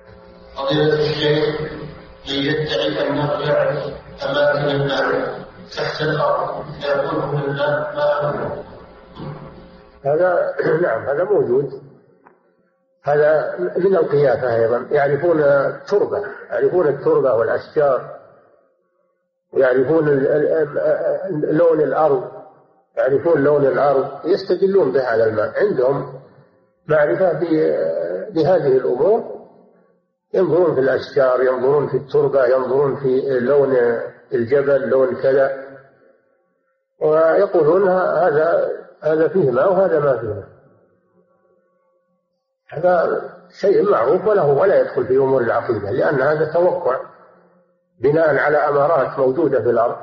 فضيلة الشيخ، من يدعي أنه يعرف أماكن النار تحت الأرض يكون من الماء ماء. هذا نعم هذا موجود. هذا من القيافة أيضا. يعرفون التربة يعرفون التربة والأشجار، ويعرفون لون الأرض يعرفون لون الأرض يستدلون به على الماء. عندهم معرفة بهذه الأمور، ينظرون في الأشجار، ينظرون في التربة، ينظرون في لون الجبل، لون كذا، ويقولون هذا هذا فيه ماء وهذا ما فيه ماء. هذا شيء معروف وله ولا يدخل في أمور العقيدة، لأن هذا توقع بناء على أمارات موجودة في الأرض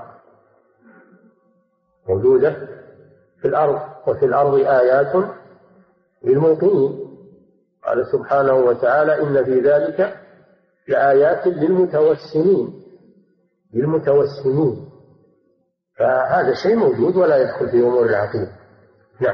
موجودة في الأرض وفي الأرض آيات للموقنين. قال سبحانه وتعالى إن في ذلك لآيات للمتوسمين للمتوسمين فهذا شيء موجود ولا يدخل في أمور العقيدة. نعم.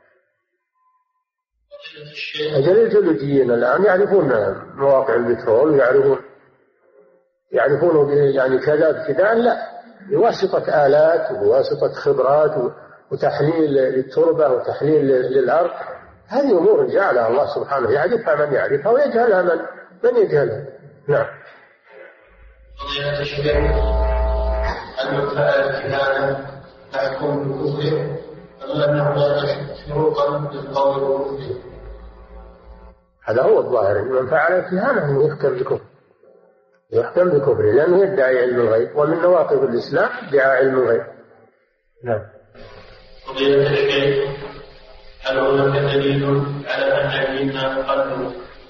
أجل الجيولوجيين الآن يعرفون مواقع البترول ويعرفون يعرفون يعني كذا ابتداء، لا، بواسطة آلات وبواسطة خبرات وتحليل للتربة وتحليل للأرض. هذه أمور جعلها الله سبحانه، يعرفها من يعرفها ويجهلها من من يجهلها. نعم. قضية الشرك أن فعل الكهانة تحكم بكفره أم أنه شروطا للقول والكفر؟ هذا هو الظاهر، من فعل الكهانة أنه يحكم بكفر يحكم بكفره لأنه يدعي علم الغيب، ومن نواقض الإسلام ادعاء علم الغيب. نعم. قضية الشرك هل هناك دليل على أن الجن قلوا؟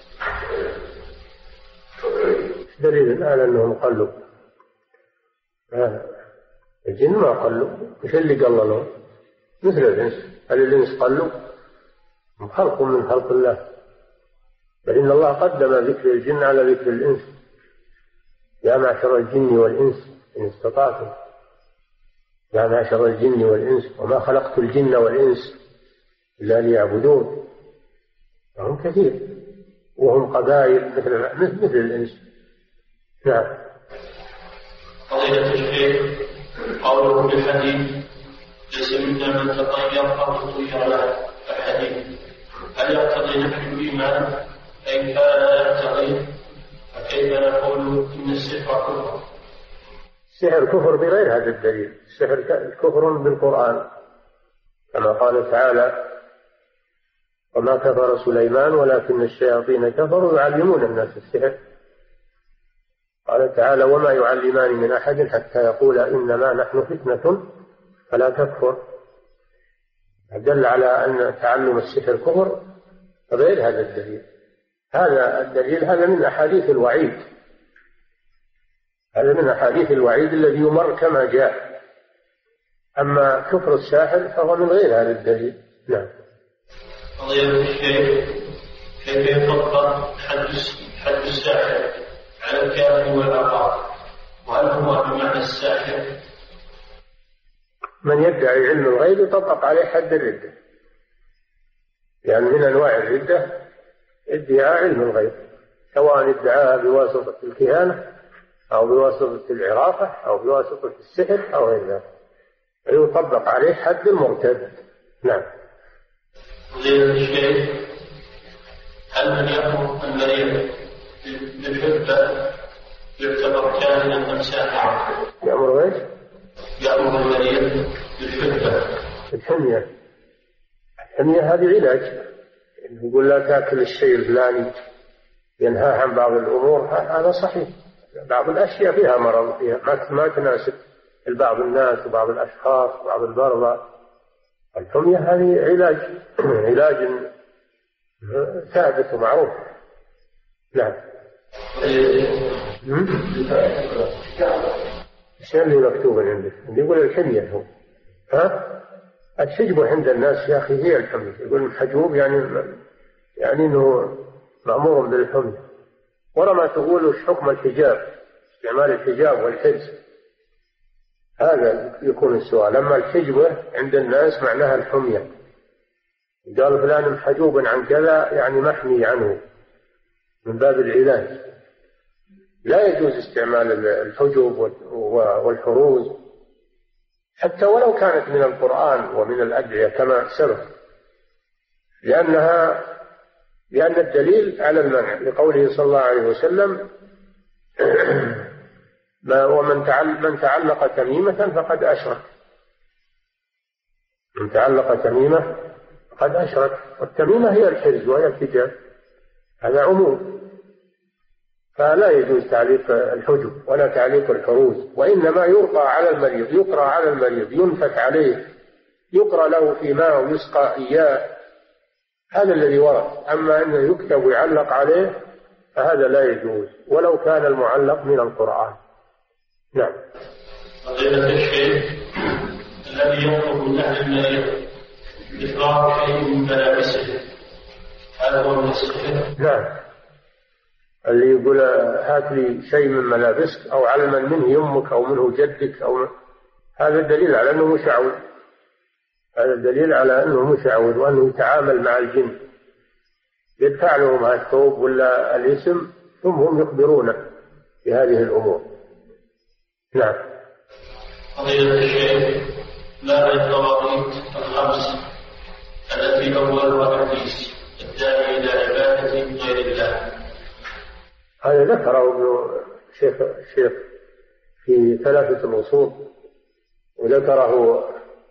دليل على أنهم قلوا؟ الجن ما قلوا، مش اللي قللوا مثل الإنس. هل الإنس قلوا؟ خلق من خلق الله، بل إن الله قدم ذكر الجن على ذكر الإنس. يا معشر الجن والإنس إن استطعتم يا معشر الجن والإنس وما خلقت الجن والإنس إلا ليعبدون. وهم كثير وهم قبائل مثل مثل الإنس. نعم. قضية الشيخ قوله في الحديث ليس منا من تطير أو تطير له الحديث، هل يقتضي نفي الإيمان؟ أي كان يقتضي، فكيف نقول إن السحر كفر؟ السحر كفر بغير هذا الدليل. السحر كفر بالقرآن كما قال تعالى وما كفر سليمان ولكن الشياطين كفروا يعلمون الناس السحر. قال تعالى وما يعلمان من أحد حتى يقولا إنما نحن فتنة فلا تكفر. دل على أن تعلم السحر كفر غير هذا الدليل. هذا الدليل هذا من أحاديث الوعيد هذا من أحاديث الوعيد الذي يمر كما جاء. أما كفر الساحر فهو من غير هذا الدليل. نعم. قضية الشيخ كيف يطبق حد الساحر على الكافر والعقاب؟ وهل هو بمعنى الساحر؟ من يدعي علم الغيب يطبق عليه حد الردة، يعني من أنواع الردة ادعاء علم الغيب، سواء ادعاها بواسطة الكهانة أو بواسطة العرافة أو بواسطة السحر أو غير ذلك، يطبق عليه حد المرتد. نعم. قضية الشيخ هل من يأمر المريض بالحبة يعتبر كاهنا أم ساحرا؟ يأمر ايش؟ يأمر المريض بالحبة الحمية. الحمية هذه علاج، يقول لا تأكل الشيء الفلاني، ينهى عن بعض الأمور، هذا صحيح. بعض الأشياء فيها مرض، فيها ما تناسب بعض الناس وبعض الأشخاص وبعض المرضى. الحمية هذه علاج علاج ثابت ومعروف. نعم. ايش اللي مكتوب عندك؟ اللي يقول الحمية هو ها الحجب عند الناس يا أخي هي الحمية. يقول الحجوب يعني يعني إنه مأمور بالحمية. ورا ما تقول حكم الحجاب، استعمال الحجاب والحجز، هذا يكون السؤال. أما الحجبة عند الناس معناها الحمية. قال فلان محجوب عن كذا يعني محمي عنه من باب العلاج. لا يجوز استعمال الحجب والحروز حتى ولو كانت من القرآن ومن الأدعية كما سبق، لأنها لأن الدليل على المنع لقوله صلى الله عليه وسلم ومن من تعلق تميمة فقد أشرك. من تعلق تميمة فقد أشرك. والتميمة هي الحرز وهي الحجاب، هذا عموم، فلا يجوز تعليق الحجب ولا تعليق الحروز، وإنما يرقى على المريض، يقرأ على المريض، ينفت عليه، يقرأ له في ماء ويسقى إياه، هذا الذي ورد. أما أنه يكتب ويعلق عليه فهذا لا يجوز ولو كان المعلق من القرآن. نعم. فضيلة الشيخ، الذي يطلب من أهل المريض إفراغ شيء من ملابسه هذا هو من السحر؟ نعم. اللي يقول هات لي شيء من ملابسك أو علما منه يمك أو منه جدك أو من... هذا الدليل على أنه مشعوذ. هذا الدليل على أنه مشعوذ وأنه يتعامل مع الجن، يدفع لهم هذا الثوب ولا الاسم ثم هم يخبرونه بهذه الأمور. نعم. فضيلة الشيخ، ما هي الضوابط الخمس التي أولها الحديث الداعي إلى عبادة غير الله؟ هذا ذكره ابن شيخ الشيخ في ثلاثة الأصول، وذكره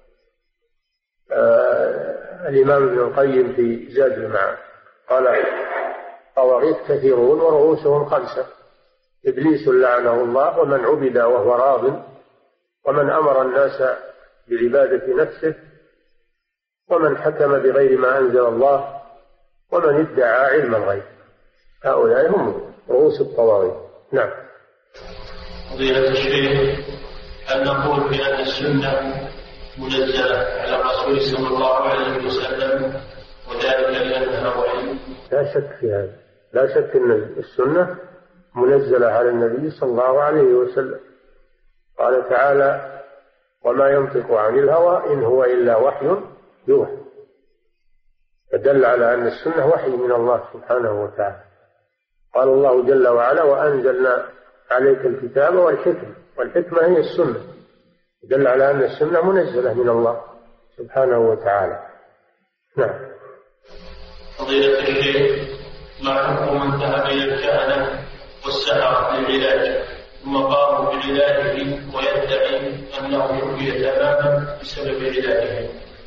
آه الإمام ابن القيم في زاد المعاد، قال طواغيت كثيرون ورؤوسهم خمسة: إبليس لعنه الله، ومن عبد وهو راض، ومن أمر الناس بعبادة نفسه، ومن حكم بغير ما أنزل الله، ومن ادعى علم الغيب. هؤلاء هم رؤوس الطواغيت. نعم. فضيلة الشيخ، هل نقول بأن السنة منزلة على الرسول صلى الله عليه وسلم وذلك لأنها وحي؟ لا شك في هذا، لا شك أن السنة منزلة على النبي صلى الله عليه وسلم. قال تعالى: وما ينطق عن الهوى إن هو إلا وحي يوحى. فدل على أن السنة وحي من الله سبحانه وتعالى. قال الله جل وعلا: وأنزلنا عليك الكتاب والحكمة، والحكمة هي السنة. دل على أن السنة منزلة من الله سبحانه وتعالى. نعم. فضيلة الشيخ، ما حكم من ذهب إلى الكهنة والسحرة للعلاج ثم قاموا بعلاجه ويدعي أنه يحيي تماما بسبب علاجه؟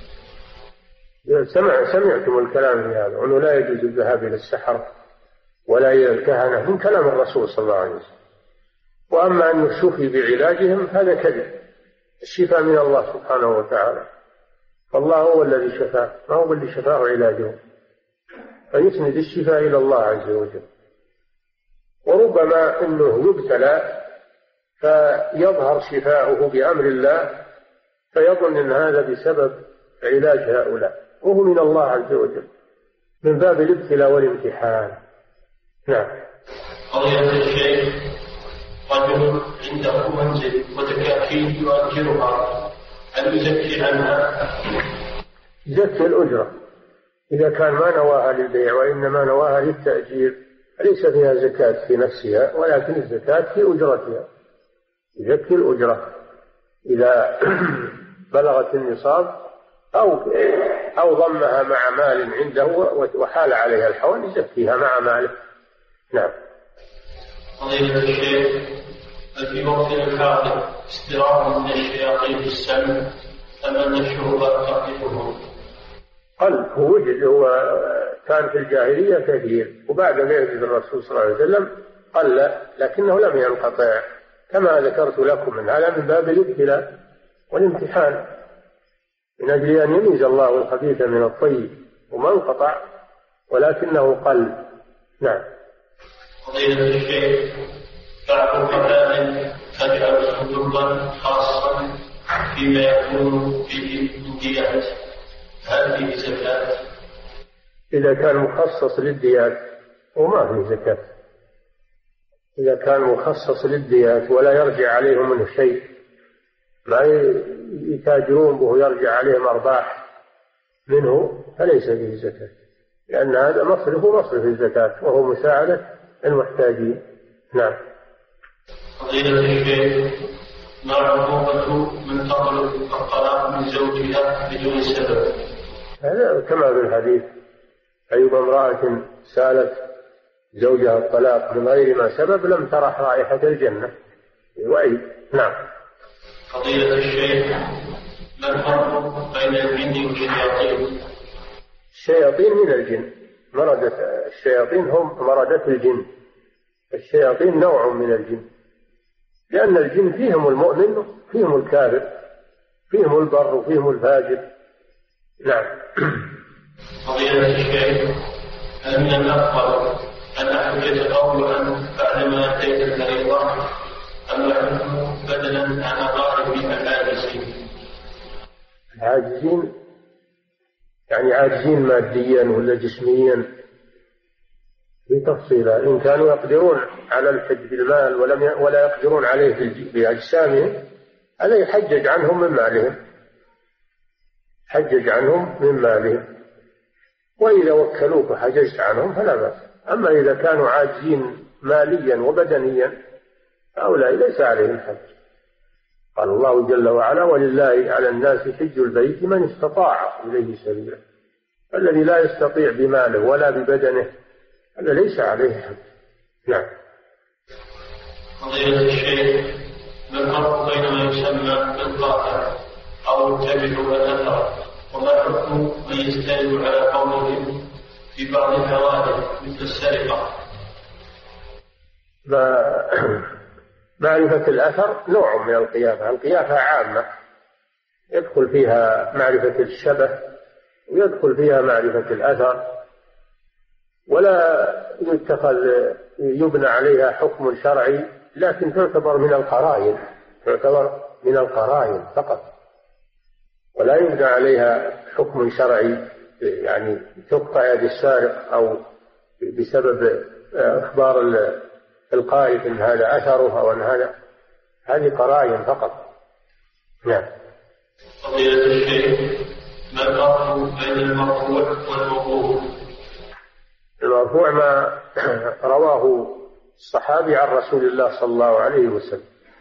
سمع سمعتم الكلام في هذا، أنه لا يجوز الذهاب إلى السحرة ولا إلى الكهنة، من كلام الرسول صلى الله عليه وسلم. وأما أن الشفي بعلاجهم هذا كذب. الشفاء من الله سبحانه وتعالى، فالله هو الذي شفاه، ما هو الذي شفاه علاجهم، فيسند الشفاء إلى الله عز وجل. وربما أنه يبتلى فيظهر شفاؤه بأمر الله فيظن أن هذا بسبب علاج هؤلاء، وهو من الله عز وجل، من باب الابتلاء والامتحان. نعم. قضية الشيخ، رجل عنده منزل وتكاكين يؤجرها، هل يزكي عنها؟ يزكي الأجرة إذا كان ما نواها للبيع وإنما نواها للتأجير، ليس فيها زكاة في نفسها، ولكن الزكاة في أجرتها. يزكي الأجرة إذا بلغت النصاب أو أو ضمها مع مال عنده وحال عليها الحول، يزكيها مع ماله. نعم. فضيلة الشيخ، هل في وقت الحاضر استراحة من الشياطين في السمع أم أن الشهوات تقلبهم؟ قل هو وجد، هو كان في الجاهلية كثير، وبعد ما يجد الرسول صلى الله عليه وسلم قل، لكنه لم ينقطع كما ذكرت لكم، من هذا من باب الابتلاء والامتحان، من أجل أن يميز الله الخبيث من الطيب، وما انقطع ولكنه قل. نعم. فضيلة الشيخ، بعض القبائل تجعل حدودا خاصا فيما يكون فيه الديات، هل فيه زكاة؟ إذا كان مخصص للديات وما فيه زكاة. إذا كان مخصص للديات ولا يرجع عليهم منه شيء، ما يتاجرون به يرجع عليهم أرباح منه، فليس فيه زكاة، لأن هذا مصرف مصرف الزكاة، وهو مساعدة المحتاجين. نعم. فضيلة الشيخ، ما عقوبة من تطلب الطلاق من زوجها بدون سبب؟ هذا كما في الحديث: أيما امرأة سألت زوجها الطلاق من غير ما سبب لم ترح رائحة الجنة. وأي نعم. فضيلة الشيخ، ما الفرق بين الجن والشياطين؟ الشياطين من الجن، مردة الشياطين هم مردة الجن. الشياطين نوع من الجن، لأن الجن فيهم المؤمن فيهم الكافر، فيهم البر وفيهم الفاجر. نعم. فضيلة الشيخ، هل من الأفضل أن أحجز قولا بعدما أتيت الفريضة أم أحكم بدلا عن غالب العاجزين؟ العاجزين يعني عاجزين ماديا ولا جسميا؟ بتفصيلها. إن كانوا يقدرون على الحج بالمال ولم ي... ولا يقدرون عليه بأجسامهم، هذا يحجج عنهم من مالهم، حجج عنهم من مالهم. وإذا وكلوك وحججت عنهم فلا بأس. أما إذا كانوا عاجزين ماليا وبدنيا هؤلاء ليس عليهم حج. قال الله جل وعلا: ولله على الناس حج البيت من استطاع إليه سبيلا. الذي لا يستطيع بماله ولا ببدنه هذا ليس عليه حج. نعم. فضيلة الشيخ، ما الفرق بين ما يسمى بالقاطع أو التبع والأثر، وما حكم من يستند على قولهم في بعض الحوادث مثل السرقة؟ معرفة الأثر نوع من القيافة. القيافة عامة يدخل فيها معرفة الشبه ويدخل فيها معرفة الأثر، ولا يتخذ يبنى عليها حكم شرعي، لكن تعتبر من القرائن، تعتبر من القرائن فقط، ولا يبنى عليها حكم شرعي، يعني تقطع يد السارق أو بسبب إخبار القائد إن هذا أثره أو أن هذا، هذه قرائن فقط. نعم. فضيلة الشيخ، ما الفرق بين المرفوع والموقوف؟ المرفوع ما رواه الصحابي عن رسول الله صلى الله عليه وسلم،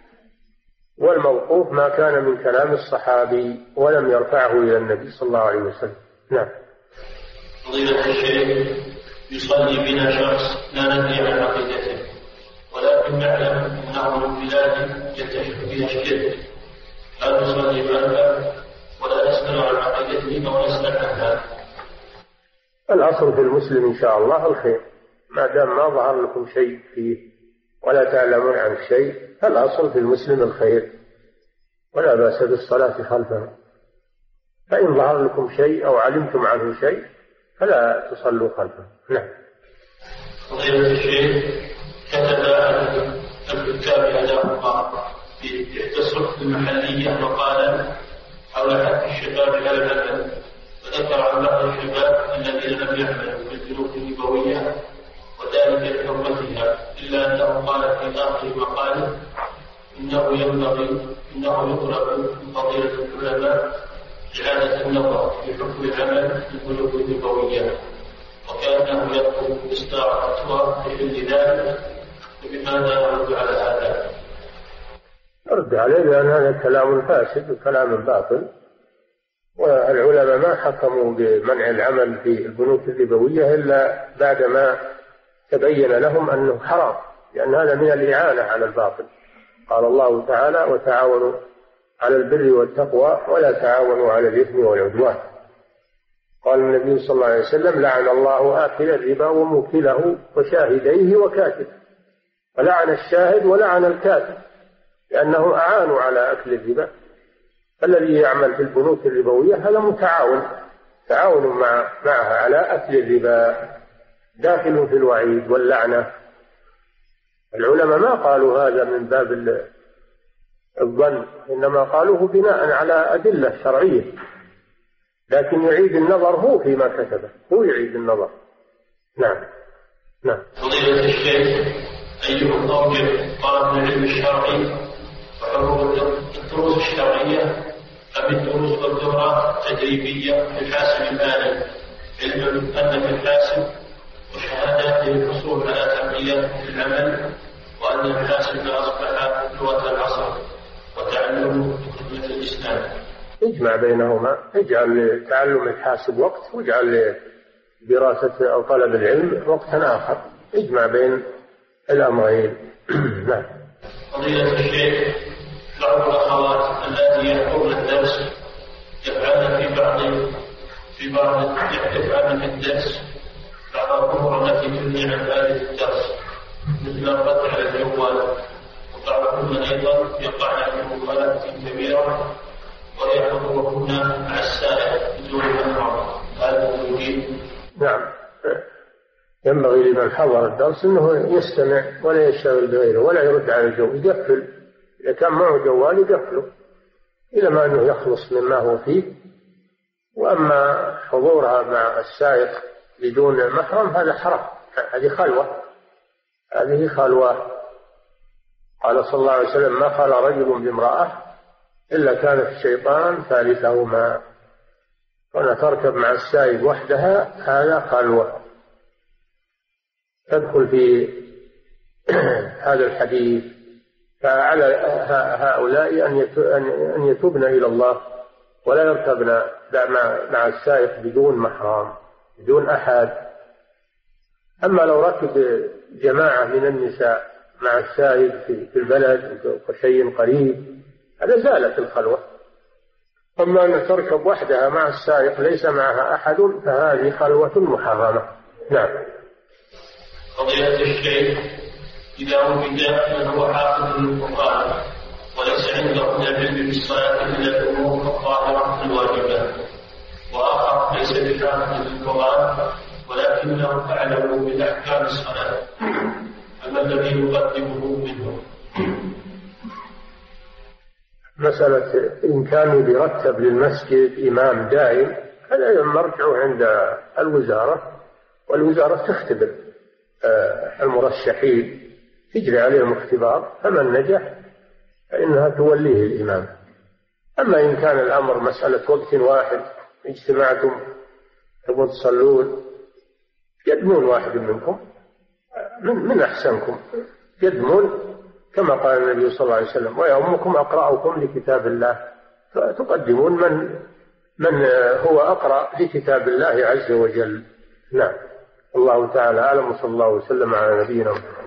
والموقوف ما كان من كلام الصحابي ولم يرفعه إلى النبي صلى الله عليه وسلم. نعم. فضيلة الشيخ، يصلي بنا شخص لا ندري عن عقيدته ولكن نعلم أنه من بلاد ينتشر فيها الشرك، لا نصلي خلفه ولا نسأل عن عقيدته أو نسأل عنها؟ الأصل في المسلم إن شاء الله الخير، ما دام ما ظهر لكم شيء فيه ولا تعلمون عن شيء، فالأصل في المسلم الخير، ولا بأس بالصلاة خلفه. فإن ظهر لكم شيء أو علمتم عنه شيء فلا تصلوا خلفه. نعم. فضيلة الشيخ، كتب الكتاب أداء الله في إحدى الصحف المحلية مقالا حول حث الشباب على العمل، وذكر عن بعض الشباب الذين لم يعملوا بالبنوك الربوية وذلك لحرمتها، إلا أنه قال في آخر مقاله إنه ينبغي إنه يطلب من فضيلة العلماء إعادة النظر في حكم العمل بالبنوك الربوية، وكأنه يطلب إصدار فتوى لحل ذلك. فبماذا نرد على هذا؟ أرد عليه لأن هذا كلام فاسد وكلام باطل، والعلماء ما حكموا بمنع العمل في البنوك الربوية إلا بعدما تبين لهم أنه حرام، لأن هذا من الإعانة على الباطل. قال الله تعالى: وتعاونوا على البر والتقوى ولا تعاونوا على الإثم والعدوان. قال النبي صلى الله عليه وسلم: لعن الله آكل الربا وموكله وشاهديه وكاتبه، ولعن الشاهد ولعن الكاتب، لأنه أعانوا على أكل الربا. الذي يعمل في البنوك الربوية هذا متعاون، تعاون مع معها على أكل الربا، داخل في الوعيد واللعنة. العلماء ما قالوا هذا من باب الظن، إنما قالوه بناء على أدلة شرعية، لكن يعيد النظر هو فيما كتبه، هو يعيد النظر. نعم. نعم. فضيلة الشيخ، أيهم أوجب طلب العلم الشرعي وحروف الدروس الشرعية أم الدروس والدورات التدريبية في الحاسب الآلي، علم أن في الحاسب وشهادات للحصول على تقنيات العمل، وأن الحاسب أصبح لغة العصر وتعلم تعلم خدمة الإسلام؟ اجمع بينهما، اجعل لتعلم الحاسب وقت، واجعل لدراسة أو طلب العلم وقتا آخر، اجمع بين الأمرين. نعم. فضيلة الشيخ، بعض الأخوات التي يحضرن الدرس يفعلن في بعض في بعض يفعلن في الدرس بعض الأمور التي تمنع عن فائدة الدرس، مثل الرد على الجوال، وبعضهن أيضا يقعن في مخالفة كبيرة ويحضرهن مع السائق بدون محرم، هذا موجود؟ نعم، ينبغي لمن حضر الدرس أنه يستمع ولا يشتغل بغيره ولا يرد على الجوال، يقفل إذا كان معه جوال يقفله إلى ما أنه يخلص مما هو فيه. وأما حضورها مع السائق بدون محرم هذا حرام، هذه خلوة، هذه خلوة. قال صلى الله عليه وسلم: ما خلى رجل بامرأة إلا كان الشيطان ثالثهما. وأن تركب مع السائق وحدها هذا خلوة، تدخل في هذا الحديث. فعلى هؤلاء أن يتوبن إلى الله ولا يركبن مع السائق بدون محرم بدون أحد. أما لو ركب جماعة من النساء مع السائق في البلد وشيء قريب هذا زالت الخلوة. أما أن تركب وحدها مع السائق ليس معها أحد فهذه خلوة محرمة. نعم. فضيلة الشيخ، إذا وجد من هو حافظ للقرآن وليس عنده من العلم بالصلاة إلا الأمور الظاهرة الواجبات، وآخر ليس بحافظ للقرآن ولكنه أعلم بأحكام الصلاة، فما الذي يقدمه منه؟ مسألة إن كان يرتب للمسجد إمام دائم هذا مرجعه عند الوزارة، والوزارة تختبر المرشحين، تجري عليهم اختبار، فمن نجح فإنها توليه الإمام. أما إن كان الأمر مسألة وقت واحد اجتماعكم تبون تصلون يدمون واحد منكم من, من أحسنكم، يدمون كما قال النبي صلى الله عليه وسلم: ويؤمكم أقرأكم لكتاب الله، فتقدمون من من هو أقرأ لكتاب الله عز وجل. نعم. الله تعالى أعلم، وصلى الله وسلم على نبينا محمد.